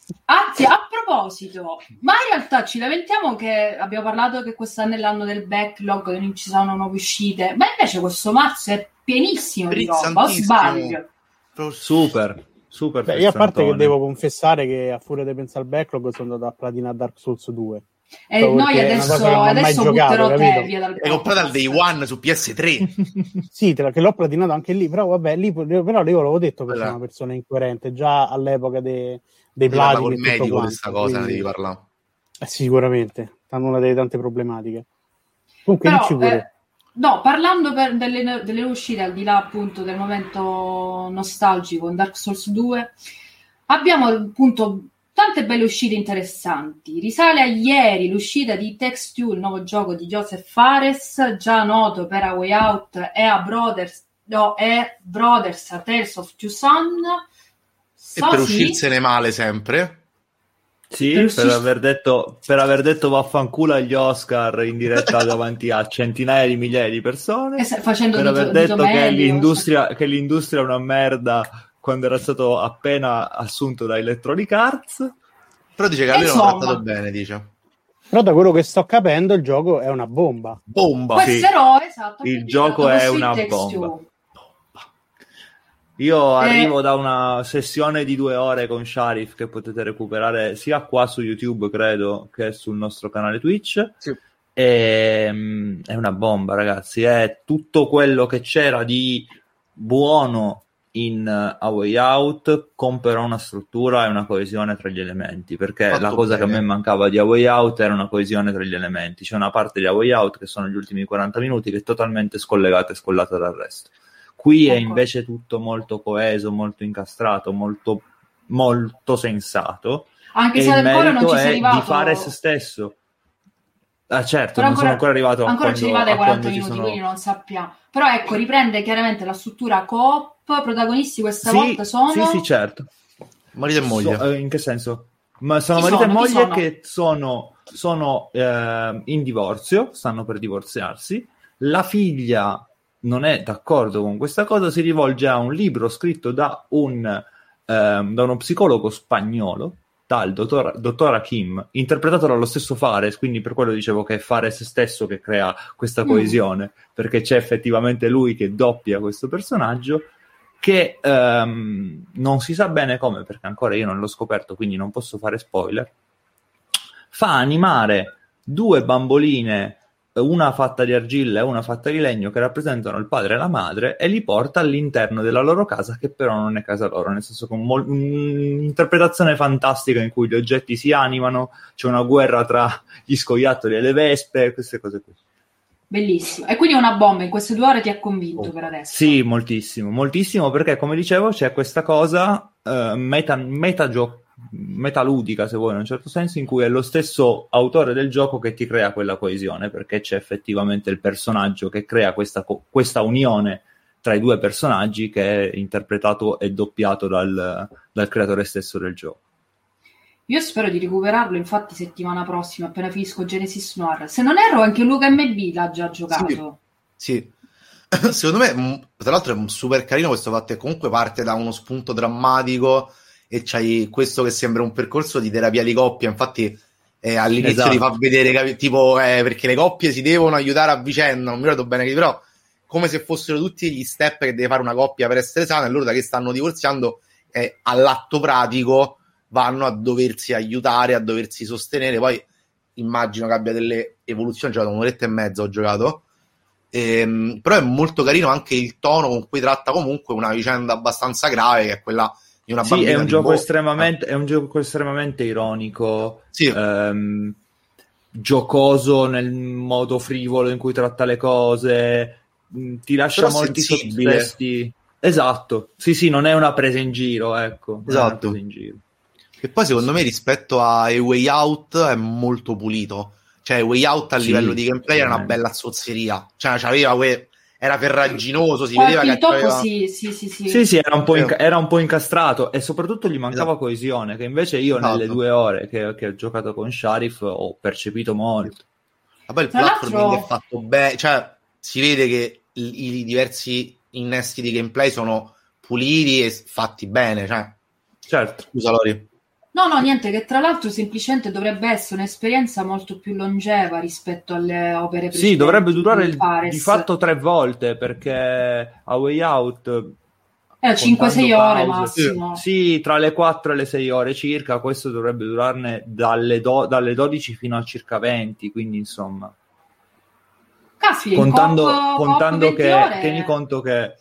Anzi, a proposito, ma in realtà ci lamentiamo che abbiamo parlato che quest'anno è l'anno del backlog, che non ci sono nuove uscite, ma invece questo marzo è pienissimo di roba, o sbaglio? Super Beh, io a parte che devo confessare che a furia di pensare al backlog sono andato a platina Dark Souls 2. Noi adesso butterò te via dal backlog. L'hai comprata al day one su PS3. Sì, che l'ho platinato anche lì, però vabbè, però io l'avevo detto che sono una persona incoerente, già all'epoca dei platini. Col medico questa cosa, quindi... ne devi parlare. Sicuramente, hanno una delle tante problematiche. Comunque dici pure. No, parlando delle uscite, al di là appunto del momento nostalgico in Dark Souls 2, abbiamo appunto tante belle uscite interessanti. Risale a ieri l'uscita di Takes Two, il nuovo gioco di Joseph Fares, già noto per A Way Out e A Brothers A Tales of Two Sons. E per uscirsene male sempre. Sì, per aver detto vaffanculo agli Oscar in diretta davanti a centinaia di migliaia di persone, per aver detto che l'industria è una merda quando era stato appena assunto da Electronic Arts. Però dice che a lui l'hanno trattato bene, dice. Però da quello che sto capendo il gioco è una bomba. Sì. Esatto, il gioco è una bomba. Io arrivo da una sessione di 2 ore con Sharif che potete recuperare sia qua su YouTube, credo, che sul nostro canale Twitch. Sì. È una bomba, ragazzi. È tutto quello che c'era di buono in A Way Out, con però una struttura e una coesione tra gli elementi, perché la cosa che a me mancava di A Way Out era una coesione tra gli elementi. C'è una parte di A Way Out che sono gli ultimi 40 minuti che è totalmente scollegata e scollata dal resto. Qui è invece tutto molto coeso, molto incastrato, molto, molto sensato. Anche se ancora non ci sei arrivato di fare se stesso. Ah, certo, però non sono ancora arrivato ancora ci arrivate ai 40 minuti, quindi non sappiamo. Però ecco, riprende chiaramente la struttura coop, protagonisti questa volta sono... Sì, certo. Marito e moglie. In che senso? Ma sono marito e moglie che sono in divorzio, stanno per divorziarsi. La figlia non è d'accordo con questa cosa, si rivolge a un libro scritto da uno psicologo spagnolo, dal dottor Hakim, interpretato dallo stesso Fares, quindi per quello dicevo che è Fares stesso che crea questa coesione, perché c'è effettivamente lui che doppia questo personaggio, che non si sa bene come, perché ancora io non l'ho scoperto, quindi non posso fare spoiler, fa animare 2 bamboline, una fatta di argilla e una fatta di legno, che rappresentano il padre e la madre, e li porta all'interno della loro casa, che però non è casa loro, nel senso con un'interpretazione fantastica in cui gli oggetti si animano, c'è una guerra tra gli scoiattoli e le vespe, queste cose qui. Bellissimo. E quindi una bomba in queste 2 ore ti ha convinto per adesso? Sì, moltissimo, perché come dicevo c'è questa cosa metaludica, se vuoi, in un certo senso, in cui è lo stesso autore del gioco che ti crea quella coesione, perché c'è effettivamente il personaggio che crea questa unione tra i 2 personaggi, che è interpretato e doppiato dal creatore stesso del gioco. Io spero di recuperarlo, infatti settimana prossima, appena finisco Genesis Noir. Se non erro, anche Luca MB l'ha già giocato. Sì. Secondo me, tra l'altro, è super carino questo fatto che comunque parte da uno spunto drammatico e c'hai questo che sembra un percorso di terapia di coppia. Infatti all'inizio ti fa vedere tipo perché le coppie si devono aiutare a vicenda, non mi ricordo bene che, però come se fossero tutti gli step che deve fare una coppia per essere sana, e loro da che stanno divorziando all'atto pratico vanno a doversi aiutare, a doversi sostenere. Poi immagino che abbia delle evoluzioni. Ho giocato 1 oretta e mezza, ho giocato, però è molto carino anche il tono con cui tratta comunque una vicenda abbastanza grave, che è quella di una bambina. Sì, è un gioco estremamente ironico, sì. Giocoso nel modo frivolo in cui tratta le cose, ti lascia però molti sensibile. sottotesti. Esatto, sì, non è una presa in giro, ecco. Esatto. E poi secondo me rispetto a A Way Out è molto pulito. Cioè A Way Out a livello di gameplay era una bella zozzeria. Cioè c'aveva era ferraginoso, si vedeva che aveva... Sì, era un po' incastrato, e soprattutto gli mancava coesione, che invece io nelle 2 ore che ho giocato con Sharif ho percepito molto. Ma poi il platforming è fatto bene, cioè si vede che i diversi innesti di gameplay sono puliti e fatti bene, cioè. Certo. Scusa Lori. No, niente, che tra l'altro semplicemente dovrebbe essere un'esperienza molto più longeva rispetto alle opere precedenti. Sì, dovrebbe durare di Fares. di fatto 3 volte, perché A Way Out 5-6 ore pause, massimo. sì, tra le 4 e le 6 ore circa. Questo dovrebbe durarne dalle 12 fino a circa 20, quindi insomma, Caspita, contando che ore... tieni conto che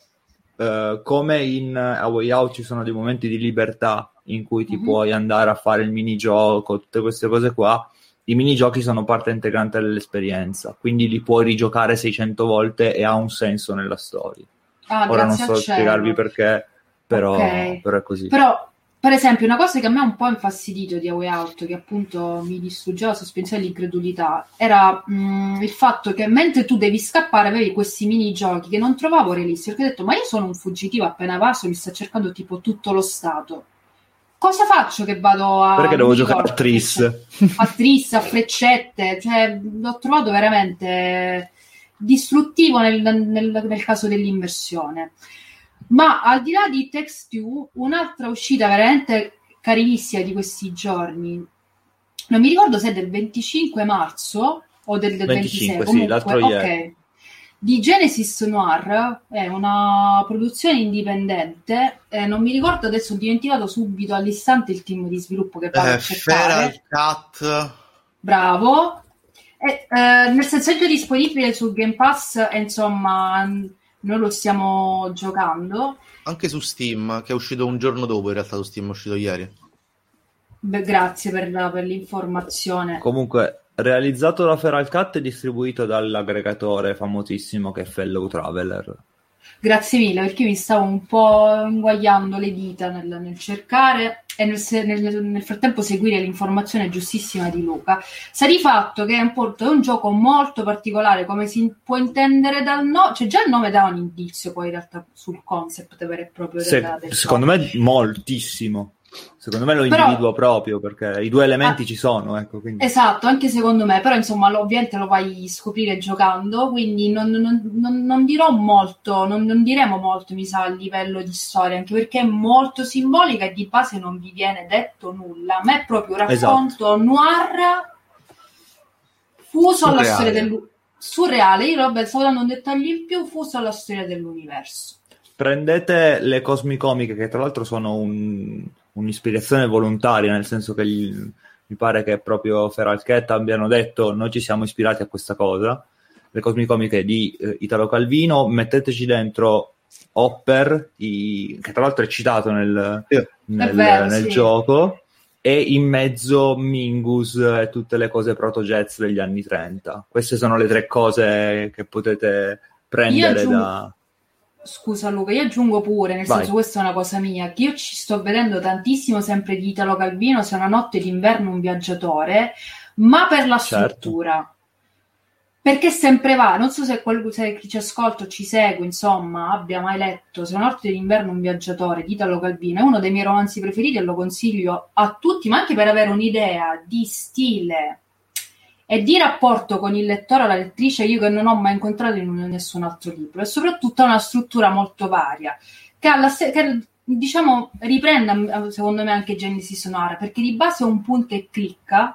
come in A Way Out ci sono dei momenti di libertà in cui ti puoi andare a fare il minigioco, tutte queste cose qua. I minigiochi sono parte integrante dell'esperienza, quindi li puoi rigiocare 600 volte e ha un senso nella storia. Ora non so spiegarvi perché, però è così. Però, per esempio, una cosa che a me ha un po' infastidito di A Way Out, che appunto mi distruggeva la sospensione dell'incredulità, era il fatto che mentre tu devi scappare avevi questi minigiochi che non trovavo realistici, perché ho detto, ma io sono un fuggitivo appena evaso, mi sta cercando tipo tutto lo Stato. Cosa faccio che vado a... Perché devo giocare a Tris? A Tris, a freccette, cioè l'ho trovato veramente distruttivo nel caso dell'inversione. Ma al di là di Takes Two, un'altra uscita veramente carinissima di questi giorni, non mi ricordo se è del 25 marzo o del 26, sì, comunque, l'altro ieri. Di Genesis Noir, è una produzione indipendente, non mi ricordo adesso, ho dimenticato subito all'istante il team di sviluppo che parla Feral Cat. Bravo. Nel senso è disponibile sul Game Pass e insomma noi lo stiamo giocando. Anche su Steam, che è uscito un giorno dopo, in realtà su Steam è uscito ieri. Beh, grazie per l'informazione. Comunque, realizzato da Feral Cat e distribuito dall'aggregatore famosissimo che è Fellow Traveler. Grazie mille, perché mi stavo un po' inguagliando le dita nel cercare e nel frattempo seguire l'informazione giustissima di Luca. Sta di fatto che è un gioco molto particolare, come si può intendere dal nome, cioè già il nome dà un indizio poi in realtà sul concept vero e proprio del secondo me moltissimo. Secondo me lo individuo proprio perché i due elementi ci sono, ecco, quindi. Esatto, anche secondo me, però insomma ovviamente lo vai a scoprire giocando, quindi non dirò molto, non diremo molto mi sa a livello di storia, anche perché è molto simbolica e di base non vi viene detto nulla, ma è proprio un racconto noir fuso alla storia surreale, io Robert stavo dando un dettaglio in più, fuso alla storia dell'universo. Prendete le Cosmic Comic, che tra l'altro sono un'ispirazione volontaria, nel senso che mi pare che proprio Feral Cat abbiano detto noi ci siamo ispirati a questa cosa, le Cosmic Comic di Italo Calvino, metteteci dentro Hopper, che tra l'altro è citato nel gioco, e in mezzo Mingus e tutte le cose proto-jazz degli anni 30. Queste sono le 3 cose che potete prendere da... Scusa Luca, io aggiungo pure, nel senso questa è una cosa mia, che io ci sto vedendo tantissimo sempre di Italo Calvino, Se una notte d'inverno un viaggiatore, ma per la struttura. Perché sempre va, non so se chi ci ascolta o ci segue, insomma, abbia mai letto Se una notte d'inverno un viaggiatore di Italo Calvino, è uno dei miei romanzi preferiti e lo consiglio a tutti, ma anche per avere un'idea di stile e di rapporto con il lettore o la lettrice io che non ho mai incontrato in nessun altro libro, e soprattutto ha una struttura molto varia che diciamo riprende secondo me anche Genesis Noir, perché di base è un punto e clicca,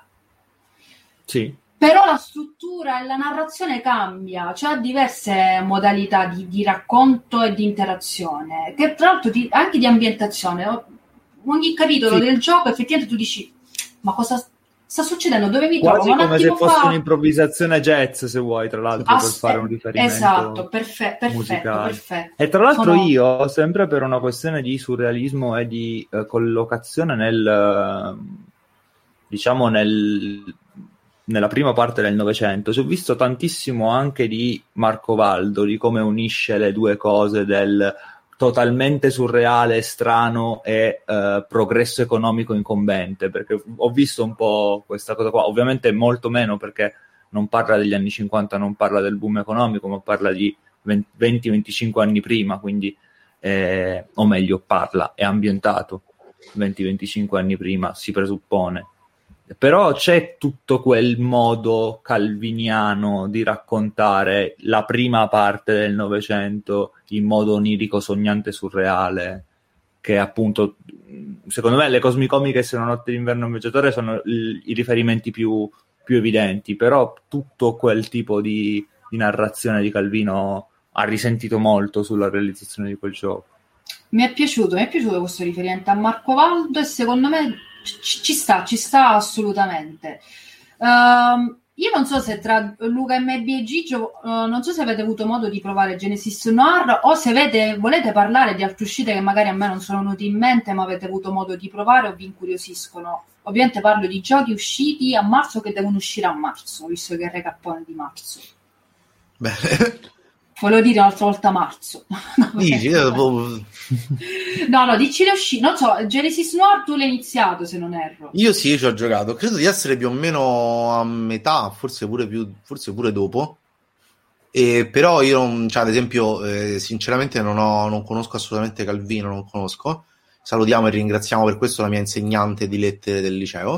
sì, però la struttura e la narrazione cambia, cioè ha diverse modalità di racconto e di interazione, che tra l'altro anche di ambientazione. Ogni capitolo del gioco effettivamente tu dici ma cosa sta succedendo, dove mi trovo? Quasi come se fosse un'improvvisazione jazz, se vuoi, tra l'altro, per fare un riferimento. Esatto, perfetto. E tra l'altro io, sempre per una questione di surrealismo e di collocazione nella prima parte del Novecento, ci ho visto tantissimo anche di Marco Valdo, di come unisce le due cose del totalmente surreale, strano e progresso economico incombente, perché ho visto un po' questa cosa qua, ovviamente molto meno perché non parla degli anni 50, non parla del boom economico, ma parla di 20-25 anni prima, quindi o meglio è ambientato 20-25 anni prima, si presuppone. Però c'è tutto quel modo calviniano di raccontare la prima parte del Novecento in modo onirico, sognante, surreale, che appunto secondo me le Cosmicomiche e Una notte d'inverno un viaggiatore sono i riferimenti più evidenti, però tutto quel tipo di narrazione di Calvino ha risentito molto sulla realizzazione di quel gioco. Mi è piaciuto questo riferimento a Marco Valdo e secondo me ci sta assolutamente. Io non so se tra Luca, MB e Gigio, non so se avete avuto modo di provare Genesis Noir o se volete parlare di altre uscite che magari a me non sono venute in mente ma avete avuto modo di provare o vi incuriosiscono. Ovviamente parlo di giochi usciti a marzo che devono uscire a marzo, visto che è il recappone di marzo. Bene. Volevo dire un'altra volta marzo. Dici? No, dici le uscite. Non so, Genesis Noir tu l'hai iniziato, se non erro. Io sì, ci ho giocato. Credo di essere più o meno a metà, forse pure dopo. Però io, cioè, ad esempio, sinceramente non conosco assolutamente Calvino, non conosco. Salutiamo e ringraziamo per questo la mia insegnante di lettere del liceo,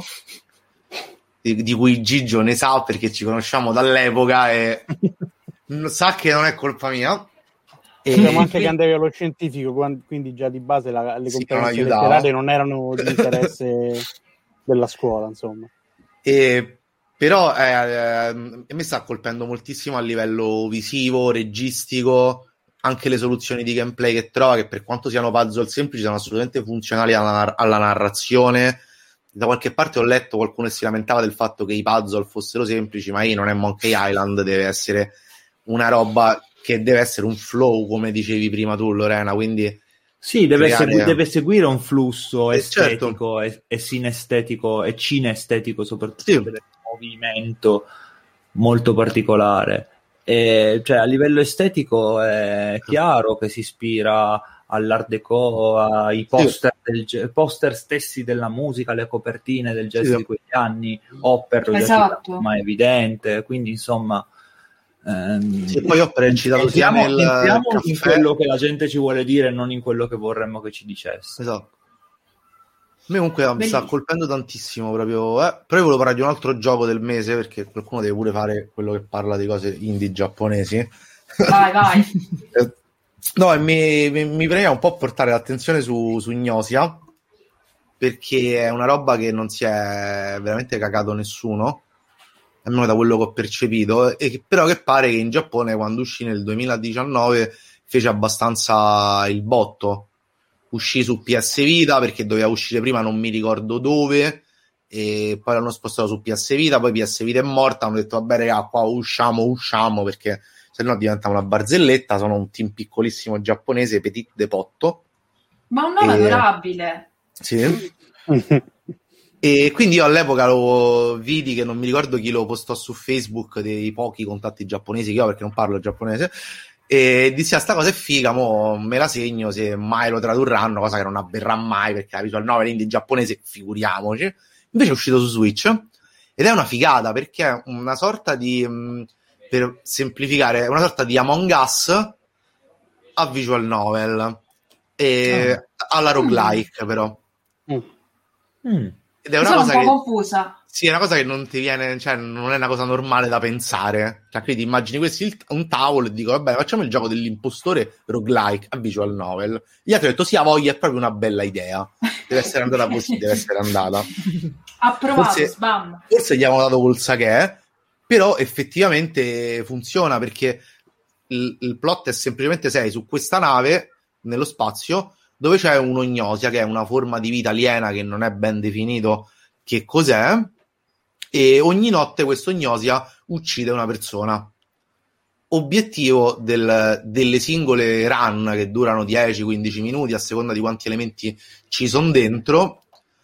di cui Gigio ne sa perché ci conosciamo dall'epoca e sa che non è colpa mia. Sappiamo anche che andavi allo scientifico, quindi già di base le competenze letterarie non erano di interesse della scuola, insomma. Però mi sta colpendo moltissimo a livello visivo, registico, anche le soluzioni di gameplay che trova, che per quanto siano puzzle semplici sono assolutamente funzionali alla narrazione. Da qualche parte ho letto qualcuno che si lamentava del fatto che i puzzle fossero semplici, ma non è Monkey Island, deve essere una roba che deve essere un flow, come dicevi prima tu, Lorena, quindi sì, deve seguire un flusso estetico, certo. e sinestetico e cinestetico, soprattutto sì. Del movimento molto particolare. Cioè, a livello estetico è chiaro che si ispira all'Art Deco, ai poster stessi della musica, le copertine del jazz di quegli anni, Hopper, esatto. ma è evidente, quindi insomma poi Hopper è citato sia entriamo in quello che la gente ci vuole dire, non in quello che vorremmo che ci dicesse. Esatto. A me comunque mi sta colpendo tantissimo proprio, però io volevo parlare di un altro gioco del mese, perché qualcuno deve pure fare quello che parla di cose indie giapponesi. Vai. No, e mi preme un po' portare l'attenzione su Gnosia, perché è una roba che non si è veramente cagato nessuno, almeno da quello che ho percepito, e però che pare che in Giappone, quando uscì nel 2019, fece abbastanza il botto. Uscì su PS Vita perché doveva uscire prima, non mi ricordo dove, e poi l'hanno spostato su PS Vita, poi PS Vita è morta, hanno detto vabbè raga, qua usciamo perché se no diventa una barzelletta. Sono un team piccolissimo giapponese, Petit Depotto, ma un nome adorabile. Sì. E quindi io all'epoca lo vidi, che non mi ricordo chi lo postò su Facebook, dei pochi contatti giapponesi che ho, perché non parlo giapponese, e dissi sta cosa è figa, mo me la segno, se mai lo tradurranno, cosa che non avverrà mai perché la visual novel indie giapponese, figuriamoci. Invece è uscito su Switch ed è una figata, perché è una sorta di, per semplificare, è una sorta di Among Us a visual novel e alla roguelike però. Ed è una cosa un po' confusa. Sì, è una cosa che non ti viene, cioè non è una cosa normale da pensare. Cioè, quindi immagini un tavolo e dico, vabbè, facciamo il gioco dell'impostore roguelike a visual novel. Gli altri hanno detto, sì, a voglia, è proprio una bella idea. Deve essere andata così, deve essere andata. Approvato, spam. Forse gli avevano dato col sake, però effettivamente funziona, perché il plot è semplicemente sei su questa nave, nello spazio, dove c'è un'ognosia, che è una forma di vita aliena che non è ben definito che cos'è, e ogni notte questo Gnosia uccide una persona. Obiettivo delle singole run, che durano 10-15 minuti a seconda di quanti elementi ci sono dentro,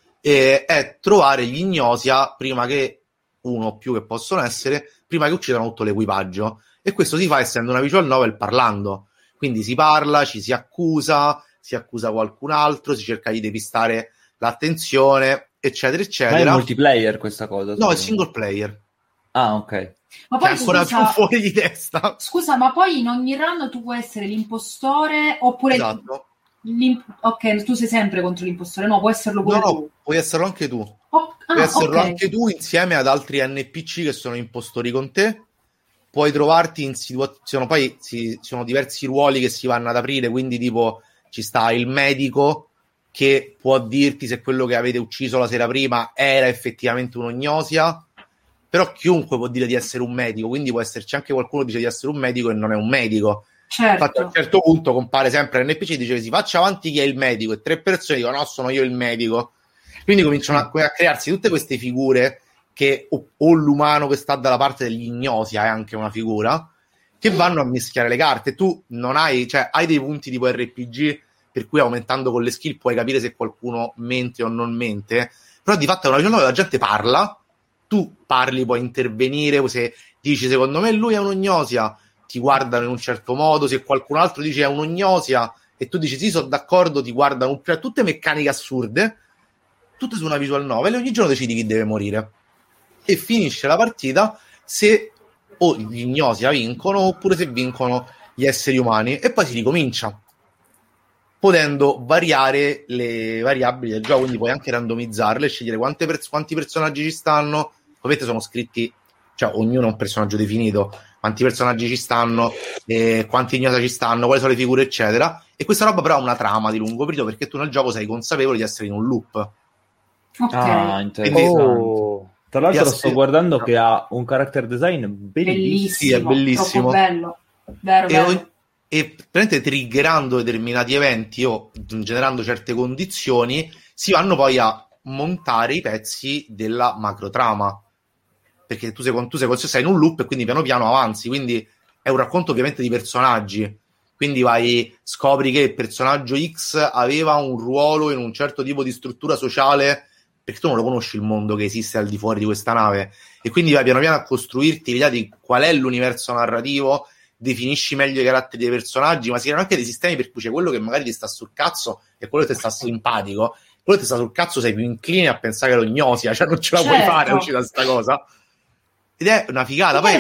è trovare gli Gnosia prima che uno o più che possono essere, prima che uccidano tutto l'equipaggio. E questo si fa essendo una visual novel parlando, quindi si parla, ci si accusa qualcun altro, si cerca di depistare l'attenzione, eccetera eccetera. Ma è multiplayer questa cosa? No, è single player. Ah, ok. Ma poi, è ancora più fuori di testa. Scusa, ma poi in ogni run tu puoi essere l'impostore oppure... Esatto. Ok, tu sei sempre contro l'impostore, no, può esserlo pure tu. Puoi esserlo anche tu. Puoi esserlo anche tu insieme ad altri NPC che sono impostori con te. Puoi trovarti in situazione, poi ci sono diversi ruoli che si vanno ad aprire, quindi tipo ci sta il medico che può dirti se quello che avete ucciso la sera prima era effettivamente un'ognosia, però chiunque può dire di essere un medico, quindi può esserci anche qualcuno che dice di essere un medico e non è un medico. Certo. Infatti a un certo punto compare sempre l'NPC e dice: si faccia avanti chi è il medico, e 3 persone dicono no, sono io il medico. Quindi cominciano a crearsi tutte queste figure che o l'umano che sta dalla parte degli ignosia è anche una figura, che vanno a mischiare le carte. Tu non hai, cioè hai dei punti tipo RPG per cui aumentando con le skill puoi capire se qualcuno mente o non mente, però di fatto è una giornata dove la gente parla, tu parli, puoi intervenire, se dici secondo me lui è un'ognosia, ti guardano in un certo modo, se qualcun altro dice è un'ognosia e tu dici sì, sono d'accordo, ti guardano, cioè tutte meccaniche assurde, tutte su una visual novel, e ogni giorno decidi chi deve morire. E finisce la partita se o gli ignosia vincono oppure se vincono gli esseri umani, e poi si ricomincia, potendo variare le variabili del gioco, quindi puoi anche randomizzarle, scegliere quanti personaggi ci stanno, ovviamente sono scritti, cioè ognuno è un personaggio definito, quanti personaggi ci stanno, quanti ignosa ci stanno, quali sono le figure eccetera, e questa roba però ha una trama di lungo periodo perché tu nel gioco sei consapevole di essere in un loop. Ok. Interessante. Tra l'altro sto guardando che ha un character design bellissimo. Sì, è bellissimo. Bello. Vero. E praticamente triggerando determinati eventi o generando certe condizioni si vanno poi a montare i pezzi della macrotrama, perché tu sei in un loop e quindi piano piano avanzi, quindi è un racconto ovviamente di personaggi, quindi scopri che il personaggio X aveva un ruolo in un certo tipo di struttura sociale, perché tu non lo conosci il mondo che esiste al di fuori di questa nave, e quindi vai piano piano a costruirti l'idea di qual è l'universo narrativo, definisci meglio i caratteri dei personaggi, ma si creano anche dei sistemi per cui c'è quello che magari ti sta sul cazzo e quello che ti sta simpatico, quello che ti sta sul cazzo sei più incline a pensare che lo ignosia, cioè non ce la puoi fare uscire da sta cosa, ed è una figata. Poi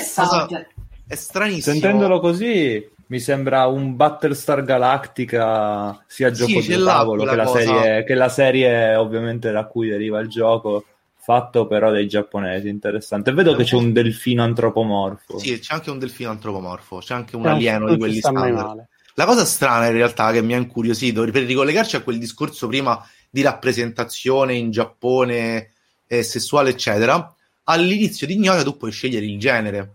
è stranissimo, sentendolo così mi sembra un Battlestar Galactica sia gioco di tavolo che la serie ovviamente da cui deriva il gioco, fatto però dai giapponesi. Interessante. Vedo che c'è un delfino antropomorfo. Sì, c'è anche un delfino antropomorfo, c'è anche un alieno di quelli standard. La cosa strana in realtà che mi ha incuriosito, per ricollegarci a quel discorso prima di rappresentazione in Giappone sessuale eccetera, all'inizio di Ignosia tu puoi scegliere il genere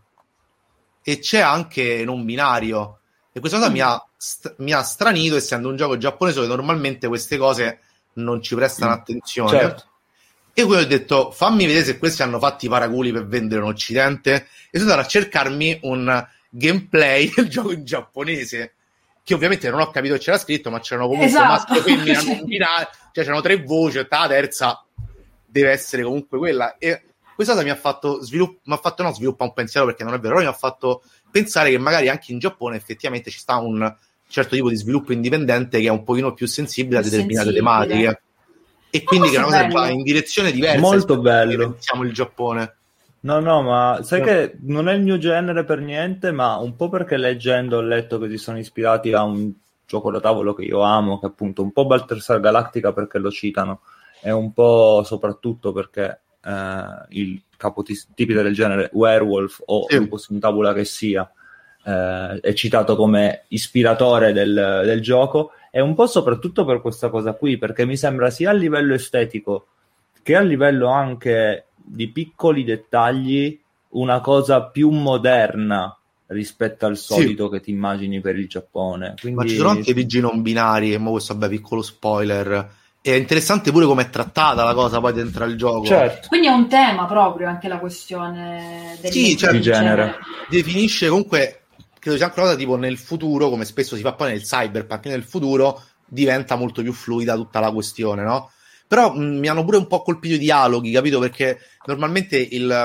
e c'è anche non binario, e questa cosa mi ha stranito, essendo un gioco giapponese dove normalmente queste cose non ci prestano attenzione. Certo. E quindi ho detto fammi vedere se questi hanno fatto i paraculi per vendere in Occidente, e sono andato a cercarmi un gameplay del gioco in giapponese, che ovviamente non ho capito che c'era scritto, ma c'erano comunque maschio, femmina, non binario, cioè c'erano 3 voci, e la terza deve essere comunque quella. E questa cosa mi ha fatto sviluppa un pensiero, perché non è vero, però mi ha fatto pensare che magari anche in Giappone effettivamente ci sta un certo tipo di sviluppo indipendente che è un pochino più sensibile a determinate tematiche, e quindi che è una cosa che va in direzione diversa. Molto bello. Pensiamo il Giappone. No, ma sai che non è il mio genere per niente, ma un po' perché leggendo ho letto che si sono ispirati a un gioco da tavolo che io amo, che è appunto un po' Battlestar Galactica perché lo citano, e un po' soprattutto perché il capostipite del genere Werewolf o Lupus in Tabula che sia è citato come ispiratore del gioco, e un po' soprattutto per questa cosa qui, perché mi sembra sia a livello estetico che a livello anche di piccoli dettagli una cosa più moderna rispetto al solito che ti immagini per il Giappone. Quindi... Ma ci sono anche i PG non binari, e mo questo vabbè piccolo spoiler. È interessante pure come è trattata la cosa poi dentro al gioco. Certo. Quindi è un tema proprio anche la questione del genere. Definisce comunque, credo sia anche una cosa tipo nel futuro, come spesso si fa poi nel cyberpunk, nel futuro diventa molto più fluida tutta la questione, no? Però mi hanno pure un po' colpito i dialoghi, capito? Perché normalmente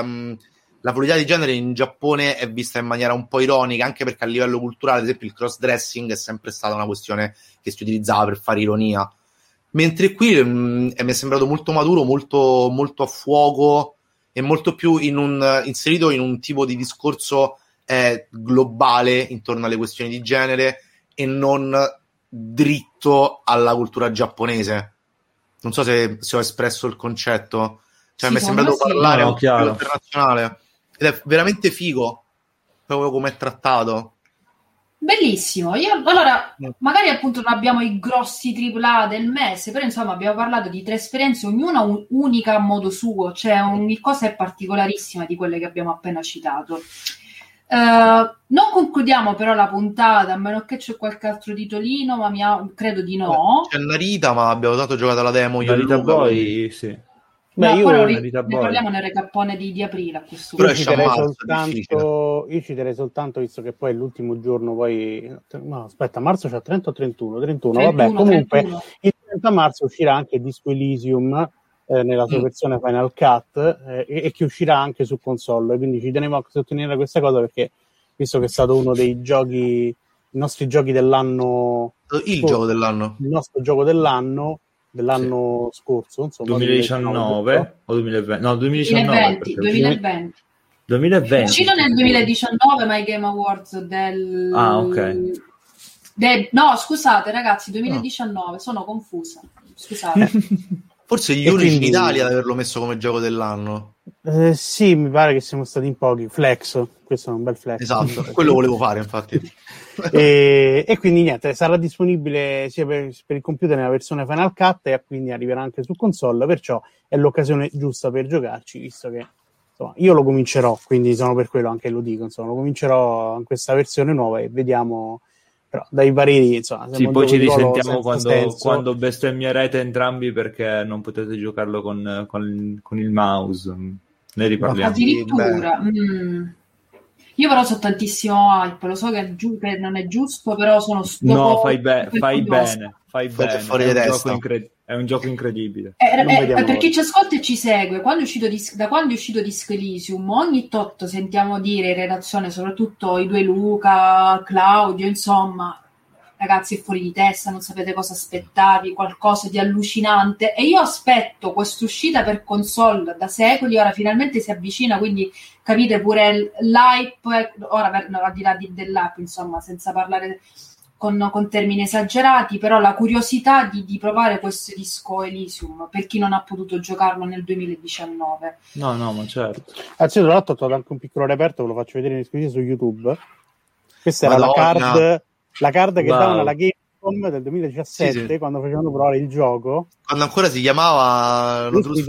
la fluidità di genere in Giappone è vista in maniera un po' ironica, anche perché a livello culturale, ad esempio, il cross-dressing è sempre stata una questione che si utilizzava per fare ironia. Mentre qui mi è sembrato molto maturo, molto, molto a fuoco e molto più inserito in un tipo di discorso globale intorno alle questioni di genere e non dritto alla cultura giapponese. Non so se ho espresso il concetto, cioè mi è sembrato parlare un po' più internazionale, ed è veramente figo proprio come è trattato. Bellissimo. Io, allora, magari appunto non abbiamo i grossi AAA del mese, però insomma abbiamo parlato di 3 esperienze, ognuna unica a modo suo, cioè ogni cosa è particolarissima di quelle che abbiamo appena citato. Non concludiamo però la puntata, a meno che c'è qualche altro titolino, ma credo di no. C'è Narita, ma abbiamo dato giocata la demo io e Narita Luca, Boy, sì. Beh, io ne parliamo nel recappone di aprile a questo punto. Però Io ci direi soltanto, visto che poi è l'ultimo giorno, poi no, aspetta, marzo c'è 30 o 31? 31, vabbè, comunque 31. Il 30 marzo uscirà anche Disco Elysium nella sua versione Final Cut e che uscirà anche su console, quindi ci tenevo a sottolineare questa cosa perché visto che è stato uno dei giochi, i nostri giochi dell'anno, il nostro gioco dell'anno scorso, insomma, 2019 o 2020? No, 2019. 2020. È uscito nel 2019 ma i Game Awards ok. No, scusate ragazzi, 2019, sono confusa. Scusate. Forse gli unici in Italia ad averlo messo come gioco dell'anno. Sì, mi pare che siamo stati in pochi. Flex, questo è un bel flex. Esatto, quello volevo fare infatti. E quindi niente, sarà disponibile sia per il computer nella versione Final Cut e quindi arriverà anche su console, perciò è l'occasione giusta per giocarci, visto che insomma, io lo comincerò, quindi sono per quello anche lo dico, insomma, lo comincerò in questa versione nuova e vediamo. Però dai pareri, insomma, sì, poi ci risentiamo quando bestemmierete entrambi perché non potete giocarlo con il mouse. Ne riparliamo. Addirittura. Io però so tantissimo hype, lo so che non è giusto, però sono no, fai bene. È un gioco incredibile. Per chi ci ascolta e ci segue, da quando è uscito Disco Elysium, ogni tot sentiamo dire in relazione, soprattutto i due Luca, Claudio, insomma, ragazzi, è fuori di testa, non sapete cosa aspettarvi, qualcosa di allucinante. E io aspetto quest'uscita per console da secoli, ora finalmente si avvicina, quindi capite pure l'hype, ora al di là dell'hype, insomma, senza parlare con termini esagerati, però la curiosità di provare questo Disco Elysium per chi non ha potuto giocarlo nel 2019. No, ma certo. Anzi, tra l'altro ho trovato anche un piccolo reperto, ve lo faccio vedere in esclusiva su YouTube. Questa era la card che davano alla Gamescom del 2017, sì. Quando facevano provare il gioco. Quando ancora si chiamava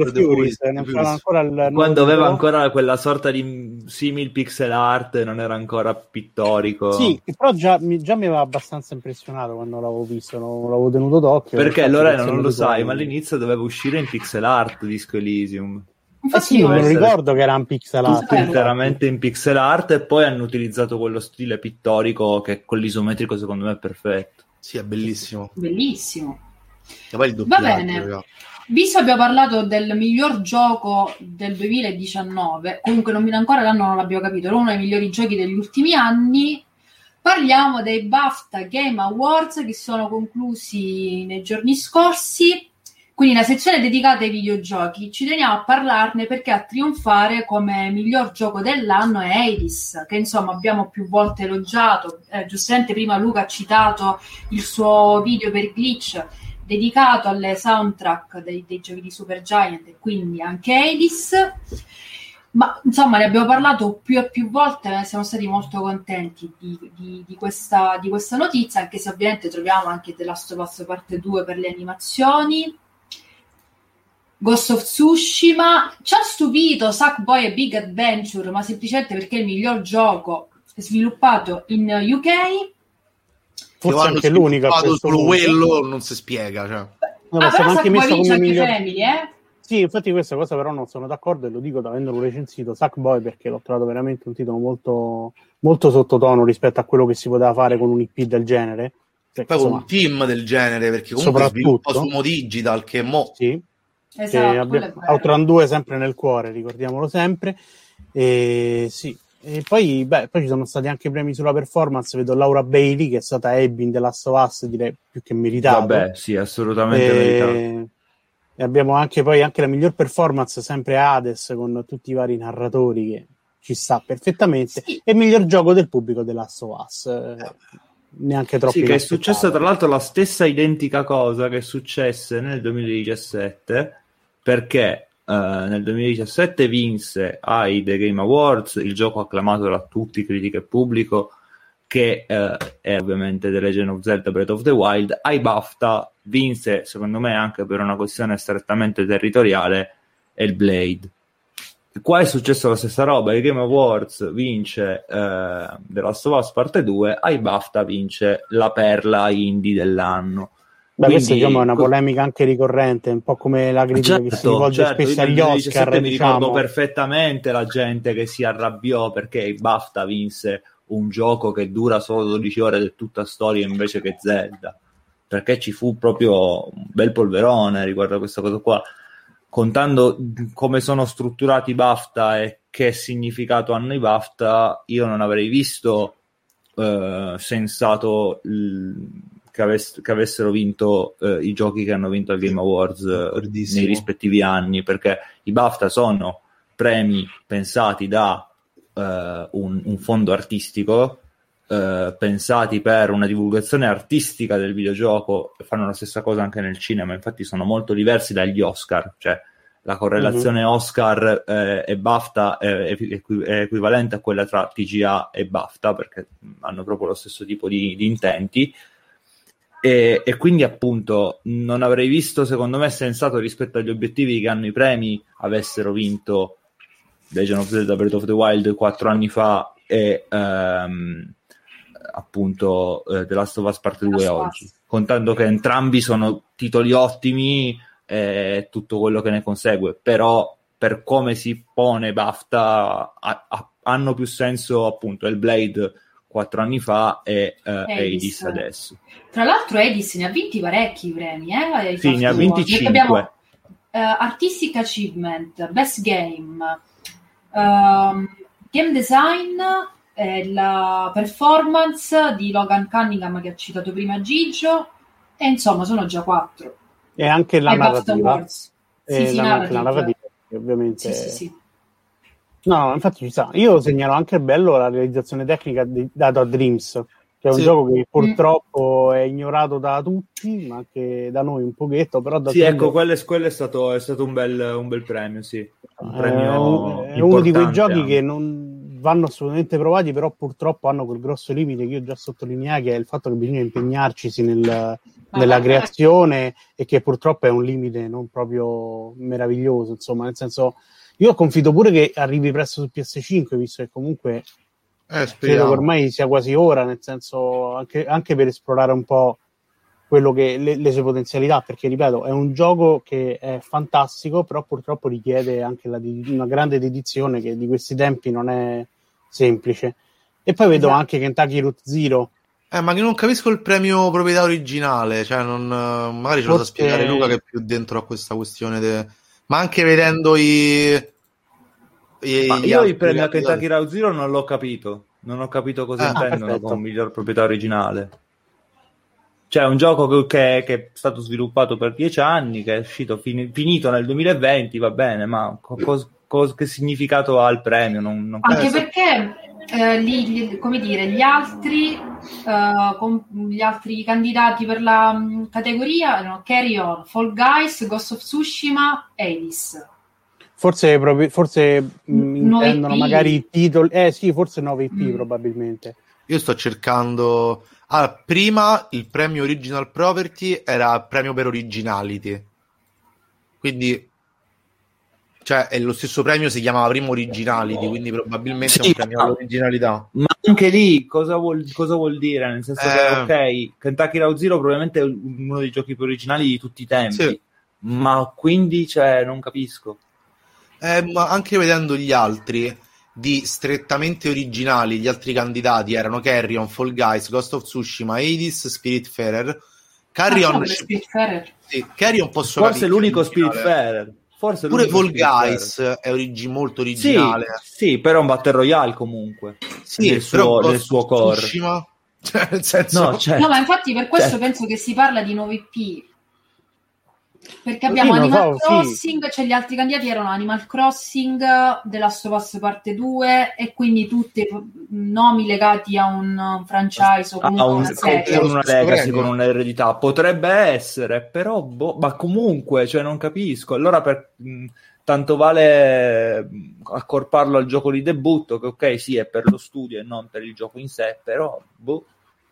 quando aveva ancora quella sorta di simil pixel art, non era ancora pittorico. Sì, però già mi aveva abbastanza impressionato quando l'avevo visto, l'avevo tenuto d'occhio. Perché Lorena non lo sai, ma all'inizio doveva uscire in pixel art Disco Elysium. Sì, io me lo ricordo che era in pixel art. Interamente in pixel art e poi hanno utilizzato quello stile pittorico che con l'isometrico secondo me è perfetto. Sì, è bellissimo. Bellissimo. E poi il va bene. Visto abbiamo parlato del miglior gioco del 2019, comunque ancora l'anno non l'abbiamo capito, era uno dei migliori giochi degli ultimi anni, parliamo dei BAFTA Game Awards che sono conclusi nei giorni scorsi. Quindi una sezione dedicata ai videogiochi, ci teniamo a parlarne perché a trionfare come miglior gioco dell'anno è Hades, che insomma abbiamo più volte elogiato, giustamente prima Luca ha citato il suo video per Glitch dedicato alle soundtrack dei giochi di Supergiant e quindi anche Hades, ma insomma ne abbiamo parlato più e più volte, siamo stati molto contenti di questa notizia, anche se ovviamente troviamo anche The Last of Us Parte 2 per le animazioni. Ghost of Tsushima ci ha stupito Sackboy e Big Adventure, ma semplicemente perché è il miglior gioco sviluppato in UK. Forse anche l'unico solo quello non si spiega, cioè. No, però anche messo come miglior... Family, Sì, infatti questa cosa però non sono d'accordo e lo dico avendolo recensito Sackboy perché l'ho trovato veramente un titolo molto, molto sottotono rispetto a quello che si poteva fare con un IP del genere. Poi con un team del genere, perché comunque sviluppa su Mo Digital che Sì. Esatto, Outrun 2 sempre nel cuore, ricordiamolo sempre. Sì. E poi ci sono stati anche premi sulla performance. Vedo Laura Bailey che è stata Abby in The Last of Us, direi più che meritato. Vabbè, sì, assolutamente meritato. E abbiamo anche la miglior performance sempre Hades con tutti i vari narratori che ci sta perfettamente. Sì. E il miglior gioco del pubblico The Last of Us. Neanche troppo. Sì, che è successa tra l'altro la stessa identica cosa che successe nel 2017, perché nel 2017 vinse ai The Game Awards il gioco acclamato da tutti, critica e pubblico, che e ovviamente The Legend of Zelda Breath of the Wild. Ai BAFTA vinse, secondo me anche per una questione strettamente territoriale, Hellblade. Qua è successo la stessa roba, i Game Awards vince The Last of Us Parte 2, ai BAFTA vince la perla indie dell'anno. Beh, questa diciamo, è una polemica anche ricorrente, un po' come la critica che si rivolge spesso agli Oscar. Mi ricordo perfettamente la gente che si arrabbiò perché il BAFTA vinse un gioco che dura solo 12 ore ed è tutta storia invece che Zelda, perché ci fu proprio un bel polverone riguardo a questa cosa qua. Contando come sono strutturati i BAFTA e che significato hanno i BAFTA, io non avrei visto sensato che avessero vinto i giochi che hanno vinto al Game Awards nei rispettivi anni, perché i BAFTA sono premi pensati da un fondo artistico, pensati per una divulgazione artistica del videogioco, fanno la stessa cosa anche nel cinema, infatti sono molto diversi dagli Oscar, cioè la correlazione Oscar e BAFTA è equivalente a quella tra TGA e BAFTA, perché hanno proprio lo stesso tipo di intenti. E quindi appunto non avrei visto, secondo me, sensato rispetto agli obiettivi che hanno i premi avessero vinto Legend of Zelda Breath of the Wild 4 anni fa e appunto The Last of Us Parte 2 oggi, contando che entrambi sono titoli ottimi e tutto quello che ne consegue, però per come si pone BAFTA hanno più senso appunto Hellblade 4 anni fa e Hades adesso. Tra l'altro Hades ne ha vinti parecchi premi, sì, ne ha vinti 5. Abbiamo Artistic Achievement, Best Game, Game Design, la performance di Logan Cunningham che ha citato prima Gigio, e insomma sono già 4. E anche la narrativa. Sì, la narrativa, ovviamente. Sì. No, infatti ci sta. Io segnalo anche bello la realizzazione tecnica data a Dreams, che è un gioco che purtroppo è ignorato da tutti, ma anche da noi un pochetto. Però sì, ecco, quello è stato un bel premio, sì. Un premio è uno di quei giochi che non vanno assolutamente provati, però purtroppo hanno quel grosso limite che io già sottolineai, che è il fatto che bisogna impegnarci nella creazione, e che purtroppo è un limite non proprio meraviglioso, insomma, nel senso... Io confido pure che arrivi presto su PS5, visto che comunque credo che ormai sia quasi ora, nel senso anche per esplorare un po' quello che le sue potenzialità, perché ripeto, è un gioco che è fantastico, però purtroppo richiede anche una grande dedizione che di questi tempi non è semplice. E poi vedo anche Kentucky Route Zero. Ma che non capisco il premio proprietà originale, cioè magari ce lo sa spiegare Luca che è più dentro a questa questione ma anche vedendo io il premio a Kentucky Route Zero non l'ho capito, non ho capito cosa intendono con miglior proprietà originale. Cioè un gioco che è stato sviluppato per 10 anni, che è uscito finito nel 2020, va bene, ma che significato ha il premio? Non anche perché come dire, gli altri candidati per la categoria erano Carry On, Fall Guys, Ghost of Tsushima, Hades. Forse intendono magari i titoli. Sì, forse 9 IP probabilmente. Io sto cercando. Prima il premio Original Property era premio per originality. Quindi cioè è lo stesso premio, si chiamava primo Originality, quindi probabilmente è un premio all'originalità. Ma anche lì cosa vuol dire? Nel senso che ok, Kentucky Route Zero probabilmente è uno dei giochi più originali di tutti i tempi, ma quindi non capisco. Ma anche vedendo gli altri di strettamente originali, gli altri candidati erano Carrion, Fall Guys, Ghost of Tsushima, Hades, Spiritfarer. Carrion posso forse capire, l'unico Spiritfarer. Forse pure Fall Guys è molto originale. Sì, però è un Battle Royale comunque. Sì, nel suo core. Cioè, nel senso... No, ma infatti per questo penso che si parla di 9P. Perché abbiamo Animal Crossing, cioè gli altri candidati erano Animal Crossing, The Last of Us Parte 2, e quindi tutti nomi legati a un franchise o comunque una serie. Con una legacy, con un'eredità. Potrebbe essere, però ma comunque, non capisco. Allora tanto vale accorparlo al gioco di debutto, che ok, sì, è per lo studio e non per il gioco in sé, però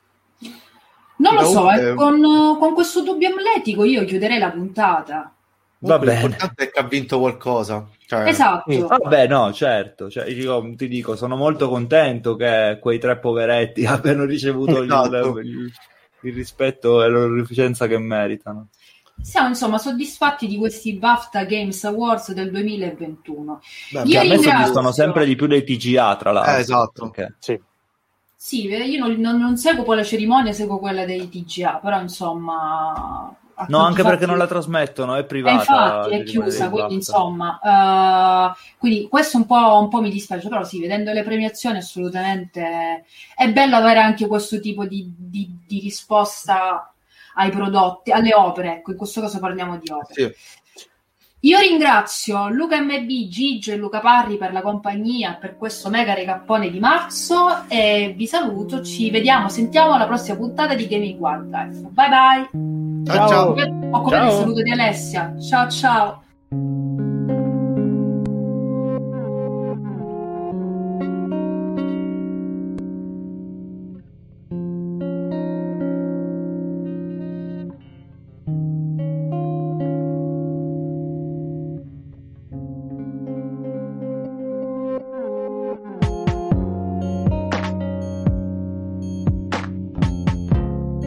Non lo so, con questo dubbio amletico io chiuderei la puntata. Va bene. L'importante è che ha vinto qualcosa. Cioè... Esatto. Vabbè, no, certo. Cioè, ti dico, sono molto contento che quei 3 poveretti abbiano ricevuto il rispetto e l'onorificenza che meritano. Siamo insomma soddisfatti di questi BAFTA Games Awards del 2021. Che a me soddisfano sempre di più dei TGA, tra l'altro. Esatto. Okay. Sì, io non seguo poi la cerimonia, seguo quella dei TGA, però insomma... No, anche perché non la trasmettono, è privata. Infatti è chiusa, quindi insomma... quindi questo un po' mi dispiace, però sì, vedendo le premiazioni assolutamente... È bello avere anche questo tipo di risposta ai prodotti, alle opere, ecco, in questo caso parliamo di opere. Sì. Io ringrazio Luca MB, Gigio e Luca Parri per la compagnia per questo mega recappone di marzo e vi saluto, ci vediamo, sentiamo alla prossima puntata di Gaming Wildlife. Bye bye! Ciao! Ho come il saluto di Alessia. Ciao ciao!